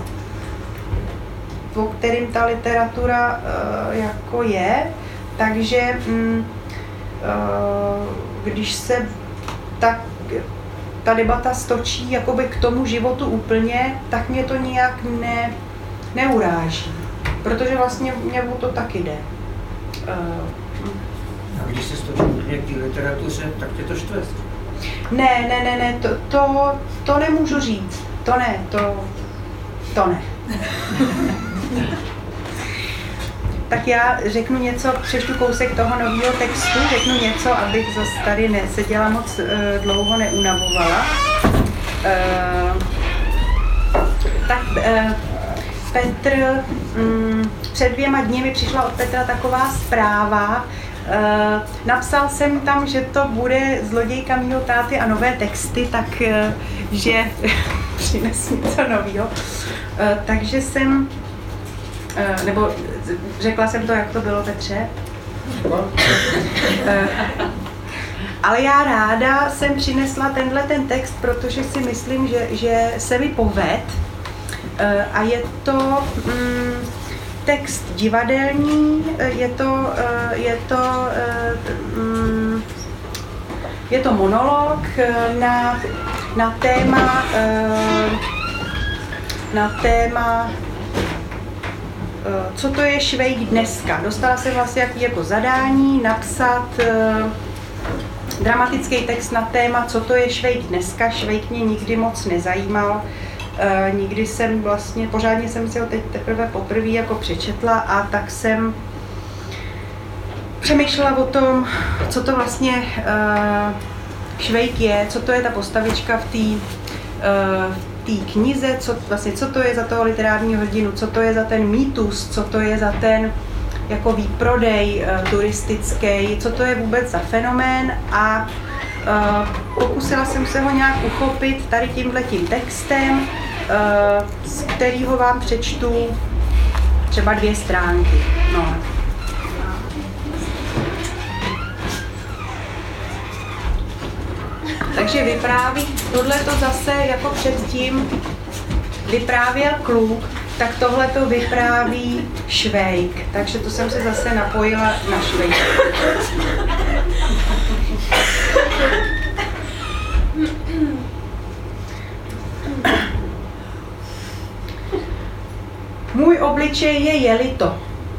o kterým ta literatura uh, jako je. Takže mm, když se ta, ta debata stočí jakoby k tomu životu úplně, tak mě to nijak ne, neuráží, protože vlastně mě o to taky jde. A když se stočí úplně k té literatuře, tak tě to štve? Ne, ne, ne, ne, to, to, to nemůžu říct, to ne, to, to ne. Tak já řeknu něco, přečtu kousek toho nového textu, řeknu něco, abych zase tady neseděla moc uh, dlouho, neunavovala. Uh, tak uh, Petr, um, před dvěma dny mi přišla od Petra taková zpráva, uh, napsal jsem tam, že to bude Zlodějka mýho táty a nové texty, tak uh, že přinesu něco nového. Uh, takže jsem, uh, nebo řekla jsem to, jak to bylo, Petře? Ale já ráda jsem přinesla tenhle ten text, protože si myslím, že, že se mi poved. A je to mm, text divadelní, je to, je to, mm, je to monolog na, na téma, na téma co to je Švejk dneska. Dostala jsem vlastně jaký jako zadání napsat uh, dramatický text na téma, co to je Švejk dneska. Švejk mě nikdy moc nezajímal. Uh, nikdy jsem vlastně, pořádně jsem si ho teď teprve poprvé jako přečetla a tak jsem přemýšlela o tom, co to vlastně uh, Švejk je, co to je ta postavička v té uh, té knize, co, vlastně, co to je za toho literárního hrdinu, co to je za ten mýtus, co to je za ten jako výprodej uh, turistický, co to je vůbec za fenomén a uh, pokusila jsem se ho nějak uchopit tady tímhletím textem, uh, z kterého vám přečtu třeba dvě stránky. No. Takže vypráví, tohle to zase jako předtím vyprávěl kluk, tak tohle to vypráví Švejk. Takže to jsem se zase napojila na Švejka. Můj obličej je jelito.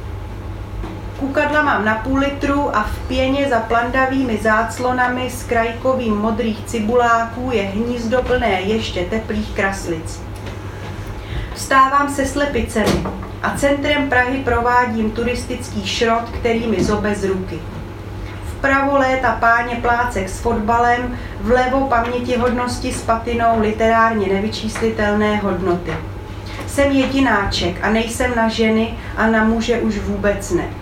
Kukadla mám na půl litru a v pěně za plandavými záclonami s krajkovým modrých cibuláků je hnízdo plné ještě teplých kraslic. Vstávám se slepicemi a centrem Prahy provádím turistický šrot, který mi zobe z ruky. Vpravo léta páně plácek s fotbalem, vlevo pamětihodnosti s patinou literárně nevyčíslitelné hodnoty. Jsem jedináček a nejsem na ženy a na muže už vůbec ne.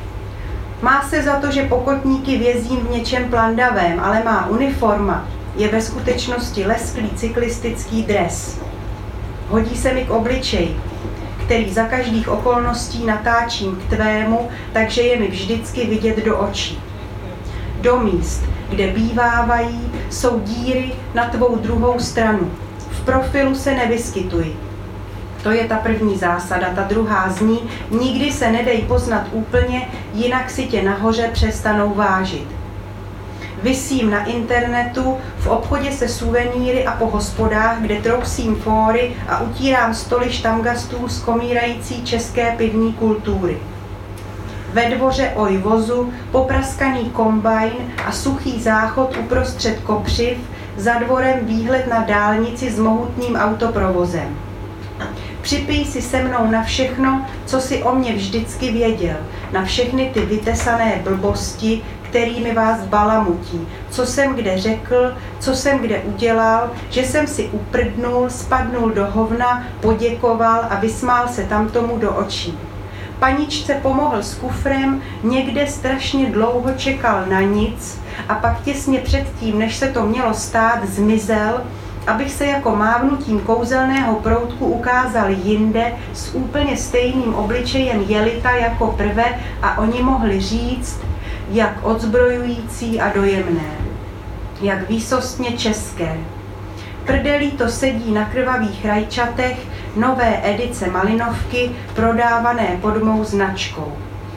Má se za to, že pokotníky vězím v něčem plandavém, ale má uniforma je ve skutečnosti lesklý cyklistický dres. Hodí se mi k obličeji, který za každých okolností natáčím k tvému, takže je mi vždycky vidět do očí. Do míst, kde bývávají, jsou díry na tvou druhou stranu. V profilu se nevyskytuji. To je ta první zásada, ta druhá zní, nikdy se nedej poznat úplně, jinak si tě nahoře přestanou vážit. Visím na internetu, v obchodě se suvenýry a po hospodách, kde trousím fóry a utírám stoly štamgastů z komírající české pivní kultury. Ve dvoře oj vozu, popraskaný kombajn a suchý záchod uprostřed kopřiv, za dvorem výhled na dálnici s mohutným autoprovozem. Připij si se mnou na všechno, co si o mě vždycky věděl, na všechny ty vytesané blbosti, kterými vás balamutí, co jsem kde řekl, co jsem kde udělal, že jsem si uprdnul, spadnul do hovna, poděkoval a vysmál se tamtomu do očí. Paničce pomohl s kufrem, někde strašně dlouho čekal na nic a pak těsně předtím, než se to mělo stát, zmizel, abych se jako mávnutím kouzelného proutku ukázal jinde s úplně stejným obličejem jelita jako prve a oni mohli říct, jak odzbrojující a dojemné, jak výsostně české. Prdelí to sedí na krvavých rajčatech nové edice Malinovky, prodávané pod mou značkou.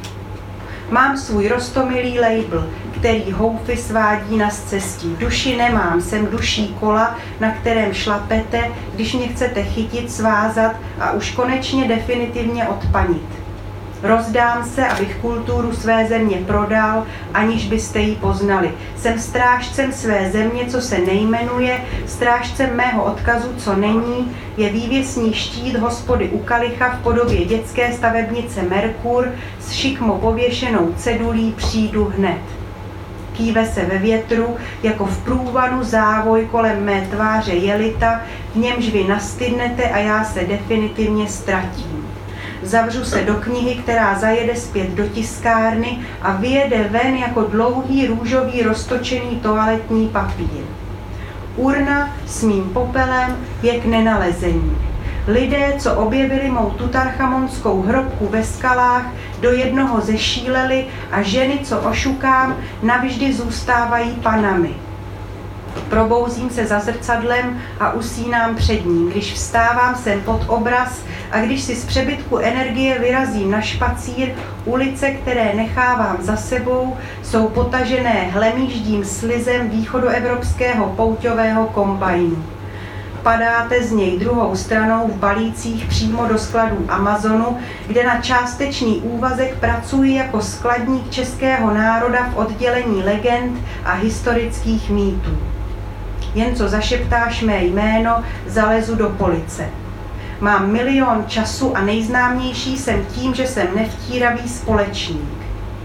Mám svůj roztomilý label, který houfy svádí na scestí. Duši nemám, jsem duší kola, na kterém šlapete, když mě chcete chytit, svázat a už konečně definitivně odpanit. Rozdám se, abych kulturu své země prodal, aniž byste ji poznali. Jsem strážcem své země, co se nejmenuje, strážcem mého odkazu, co není, je vývěsný štít hospody u Kalicha v podobě dětské stavebnice Merkur s šikmo pověšenou cedulí přijdu hned. Kýve se ve větru, jako v průvanu závoj kolem mé tváře jelita, v němž vy nastydnete a já se definitivně ztratím. Zavřu se do knihy, která zajede zpět do tiskárny a vyjede ven jako dlouhý růžový roztočený toaletní papír. Urna s mým popelem je k nenalezení. Lidé, co objevili mou tutarchamonskou hrobku ve skalách, do jednoho zešíleli a ženy, co ošukám, navždy zůstávají panami. Probouzím se za zrcadlem a usínám před ním. Když vstávám, jsem pod obraz a když si z přebytku energie vyrazím na špacír, ulice, které nechávám za sebou, jsou potažené hlemýždím slizem východoevropského pouťového kombajnu. Padáte z něj druhou stranou v balících přímo do skladů Amazonu, kde na částečný úvazek pracuji jako skladník českého národa v oddělení legend a historických mýtů. Jen co zašeptáš mé jméno, zalezu do police. Mám milion času a nejznámější jsem tím, že jsem nevtíravý společník.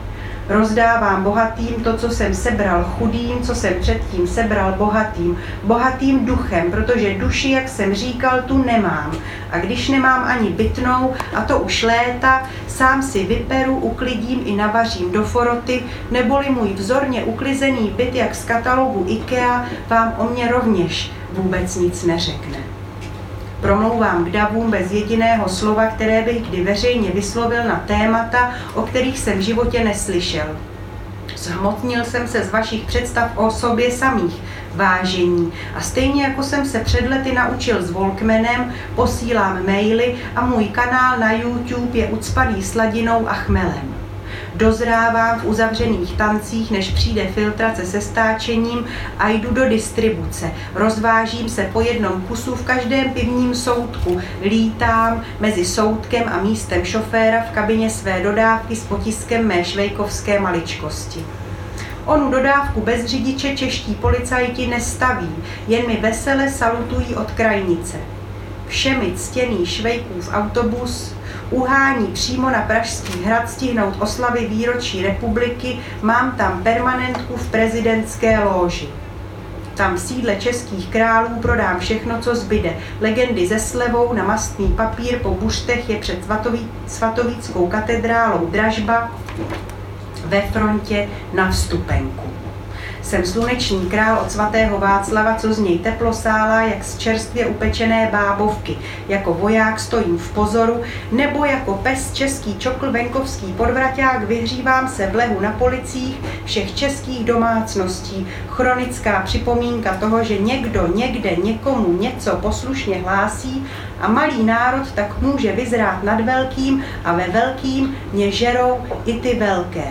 Rozdávám bohatým to, co jsem sebral chudým, co jsem předtím sebral bohatým. Bohatým duchem, protože duši, jak jsem říkal, tu nemám. A když nemám ani bytnou, a to už léta, sám si vyperu, uklidím i navařím do foroty, neboli můj vzorně uklizený byt, jak z katalogu IKEA, vám o mě rovněž vůbec nic neřekne. Promlouvám k davům bez jediného slova, které bych kdy veřejně vyslovil na témata, o kterých jsem v životě neslyšel. Zhmotnil jsem se z vašich představ o sobě samých, vážení. A stejně jako jsem se před lety naučil s Walkmanem, posílám maily a můj kanál na YouTube je ucpaný sladinou a chmelem. Dozrávám v uzavřených tancích, než přijde filtrace se stáčením a jdu do distribuce. Rozvážím se po jednom kusu v každém pivním soudku. Lítám mezi soudkem a místem šoféra v kabině své dodávky s potiskem mé švejkovské maličkosti. Onu dodávku bez řidiče čeští policajti nestaví, jen mi vesele salutují od krajnice. Všemi ctěný Švejkův autobus uhání přímo na Pražský hrad stihnout oslavy výročí republiky, mám tam permanentku v prezidentské lóži. Tam v sídle českých králů prodám všechno, co zbyde. Legendy ze slevou na mastný papír po buštech je před Svatoví, svatovíckou katedrálou dražba ve frontě na vstupenku. Jsem slunečný král od svatého Václava, co z něj teplo sálá, jak z čerstvě upečené bábovky. Jako voják stojím v pozoru, nebo jako pes český čokl venkovský podvraťák vyhřívám se v lehu na policích všech českých domácností. Chronická připomínka toho, že někdo někde někomu něco poslušně hlásí a malý národ tak může vyzrát nad velkým a ve velkým mě žerou i ty velké.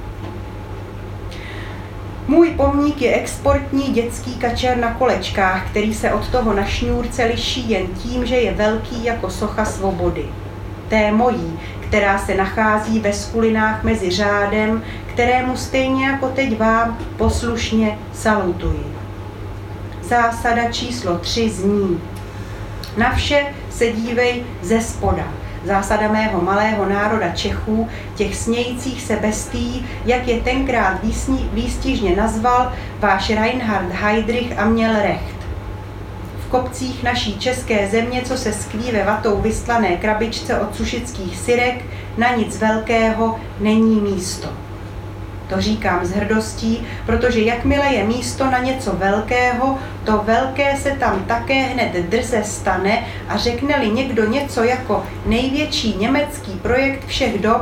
Můj pomník je exportní dětský kačer na kolečkách, který se od toho na šňůrce liší jen tím, že je velký jako socha svobody. Té mojí, která se nachází ve skulinách mezi řádem, kterému stejně jako teď vám poslušně salutuji. Zásada číslo tři zní: na vše se dívej ze spoda. Zásada mého malého národa Čechů, těch smějících se bestií, jak je tenkrát výsni, výstižně nazval váš Reinhard Heydrich a měl recht. V kopcích naší české země, co se skví ve vatou vystlané krabičce od sušických syrek, na nic velkého není místo. To říkám s hrdostí, protože jakmile je místo na něco velkého, to velké se tam také hned drze stane a řekne-li někdo něco jako největší německý projekt všech dob,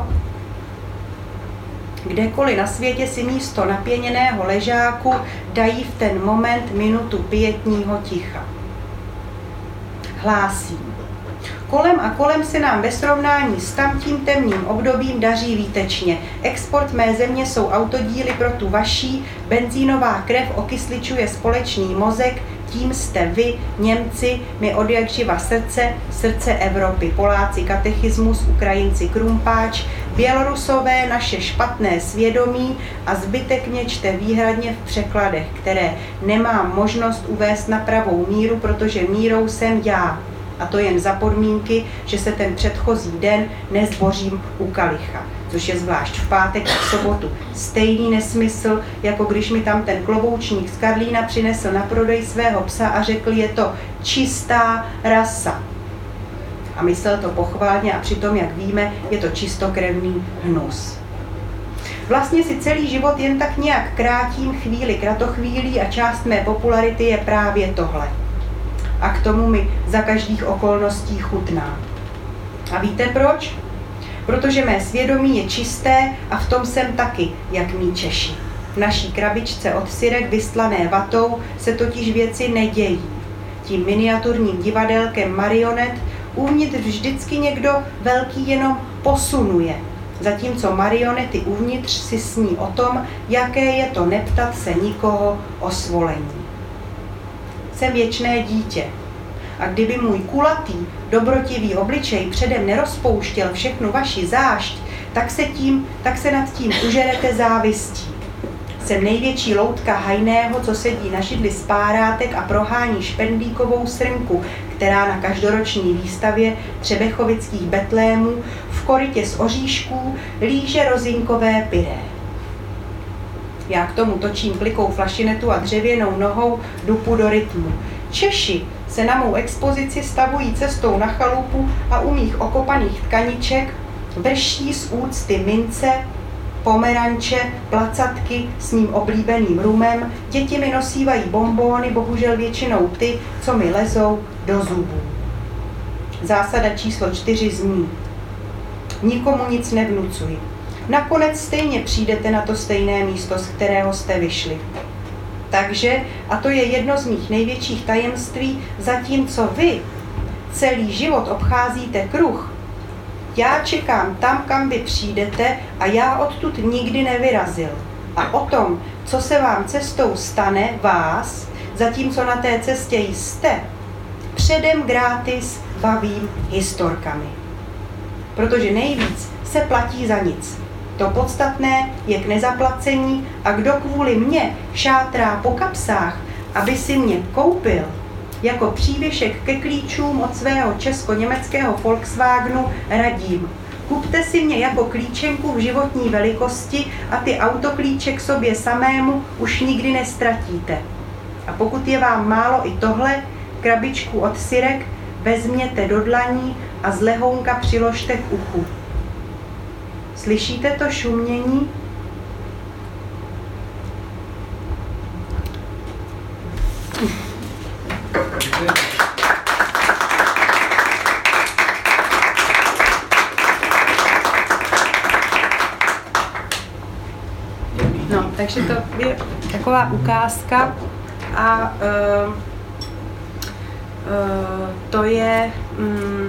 kdekoliv na světě si místo napěněného ležáku dají v ten moment minutu pietního ticha. Hlásím. Kolem a kolem se nám ve srovnání s tamtím temným obdobím daří výtečně. Export mé země jsou autodíly pro tu vaší, benzínová krev okysličuje společný mozek, tím jste vy, Němci, my odjakživa srdce, srdce Evropy, Poláci katechismus, Ukrajinci krumpáč, Bělorusové naše špatné svědomí a zbytek mě čte výhradně v překladech, které nemám možnost uvést na pravou míru, protože mírou jsem já. A to jen za podmínky, že se ten předchozí den nezbořím u kalicha, což je zvlášť v pátek a v sobotu stejný nesmysl, jako když mi tam ten kloboučník z Karlína přinesl na prodej svého psa a řekl, je to čistá rasa. A myslel to pochválně a přitom, jak víme, je to čistokrevný hnus. Vlastně si celý život jen tak nějak krátím chvíli kratochvílí a část mé popularity je právě tohle. A k tomu mi za každých okolností chutná. A víte proč? Protože mé svědomí je čisté a v tom jsem taky, jak mí Češi. V naší krabičce od syrek vystlané vatou se totiž věci nedějí. Tím miniaturním divadélkem marionet uvnitř vždycky někdo velký jenom posunuje, zatímco marionety uvnitř si sní o tom, jaké je to neptat se nikoho o svolení. Jsem věčné dítě. A kdyby můj kulatý, dobrotivý obličej předem nerozpouštěl všechnu vaši zášť, tak se, tím, tak se nad tím užerete závistí. Jsem největší loutka hajného, co sedí na židli z párátek a prohání špendlíkovou srnku, která na každoroční výstavě třebechovických betlémů v korytě z oříšků líže rozinkové pyré. Já k tomu točím klikou flašinetu a dřevěnou nohou dupu do rytmu. Češi se na mou expozici stavují cestou na chalupu a u mých okopaných tkaniček vrší z úcty mince, pomeranče, placatky s mým oblíbeným rumem, děti mi nosívají bonbóny, bohužel většinou ty, co mi lezou do zubů. Zásada číslo čtyři zní: nikomu nic nevnucuji. Nakonec stejně přijdete na to stejné místo, z kterého jste vyšli. Takže, a to je jedno z mých největších tajemství, zatímco vy celý život obcházíte kruh, já čekám tam, kam vy přijdete a já odtud nikdy nevyrazil. A o tom, co se vám cestou stane, vás, zatímco na té cestě jste, předem gratis bavím historkami. Protože nejvíc se platí za nic. To podstatné je k nezaplacení a kdo kvůli mně šátrá po kapsách, aby si mě koupil, jako přívěšek ke klíčům od svého česko-německého Volkswagenu radím. Kupte si mě jako klíčenku v životní velikosti a ty autoklíče k sobě samému už nikdy nestratíte. A pokud je vám málo i tohle, krabičku od syrek vezměte do dlaní a z lehounka přiložte k uchu. Slyšíte to šumění? No, takže to je taková ukázka a uh, uh, to je um,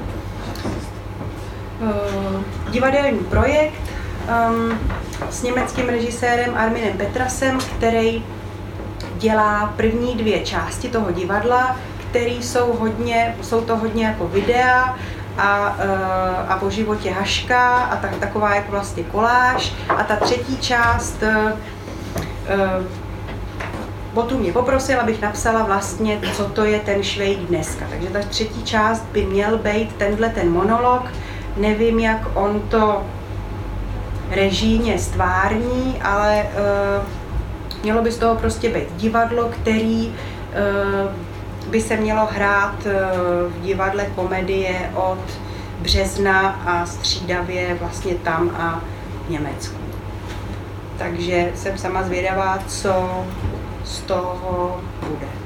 uh, divadelní projekt um, s německým režisérem Arminem Petrasem, který dělá první dvě části toho divadla, které jsou hodně, jsou to hodně jako videa a, a o životě Haška a tak, taková jako vlastně koláž. A ta třetí část, o tu mě poprosil, abych napsala vlastně, co to je ten Švejk dneska. Takže ta třetí část by měl být tenhle ten monolog. Nevím, jak on to režijně stvární, ale mělo by z toho prostě být divadlo, který uh, by se mělo hrát uh, v divadle komedie od března a střídavě vlastně tam a v Německu. Takže jsem sama zvědavá, co z toho bude.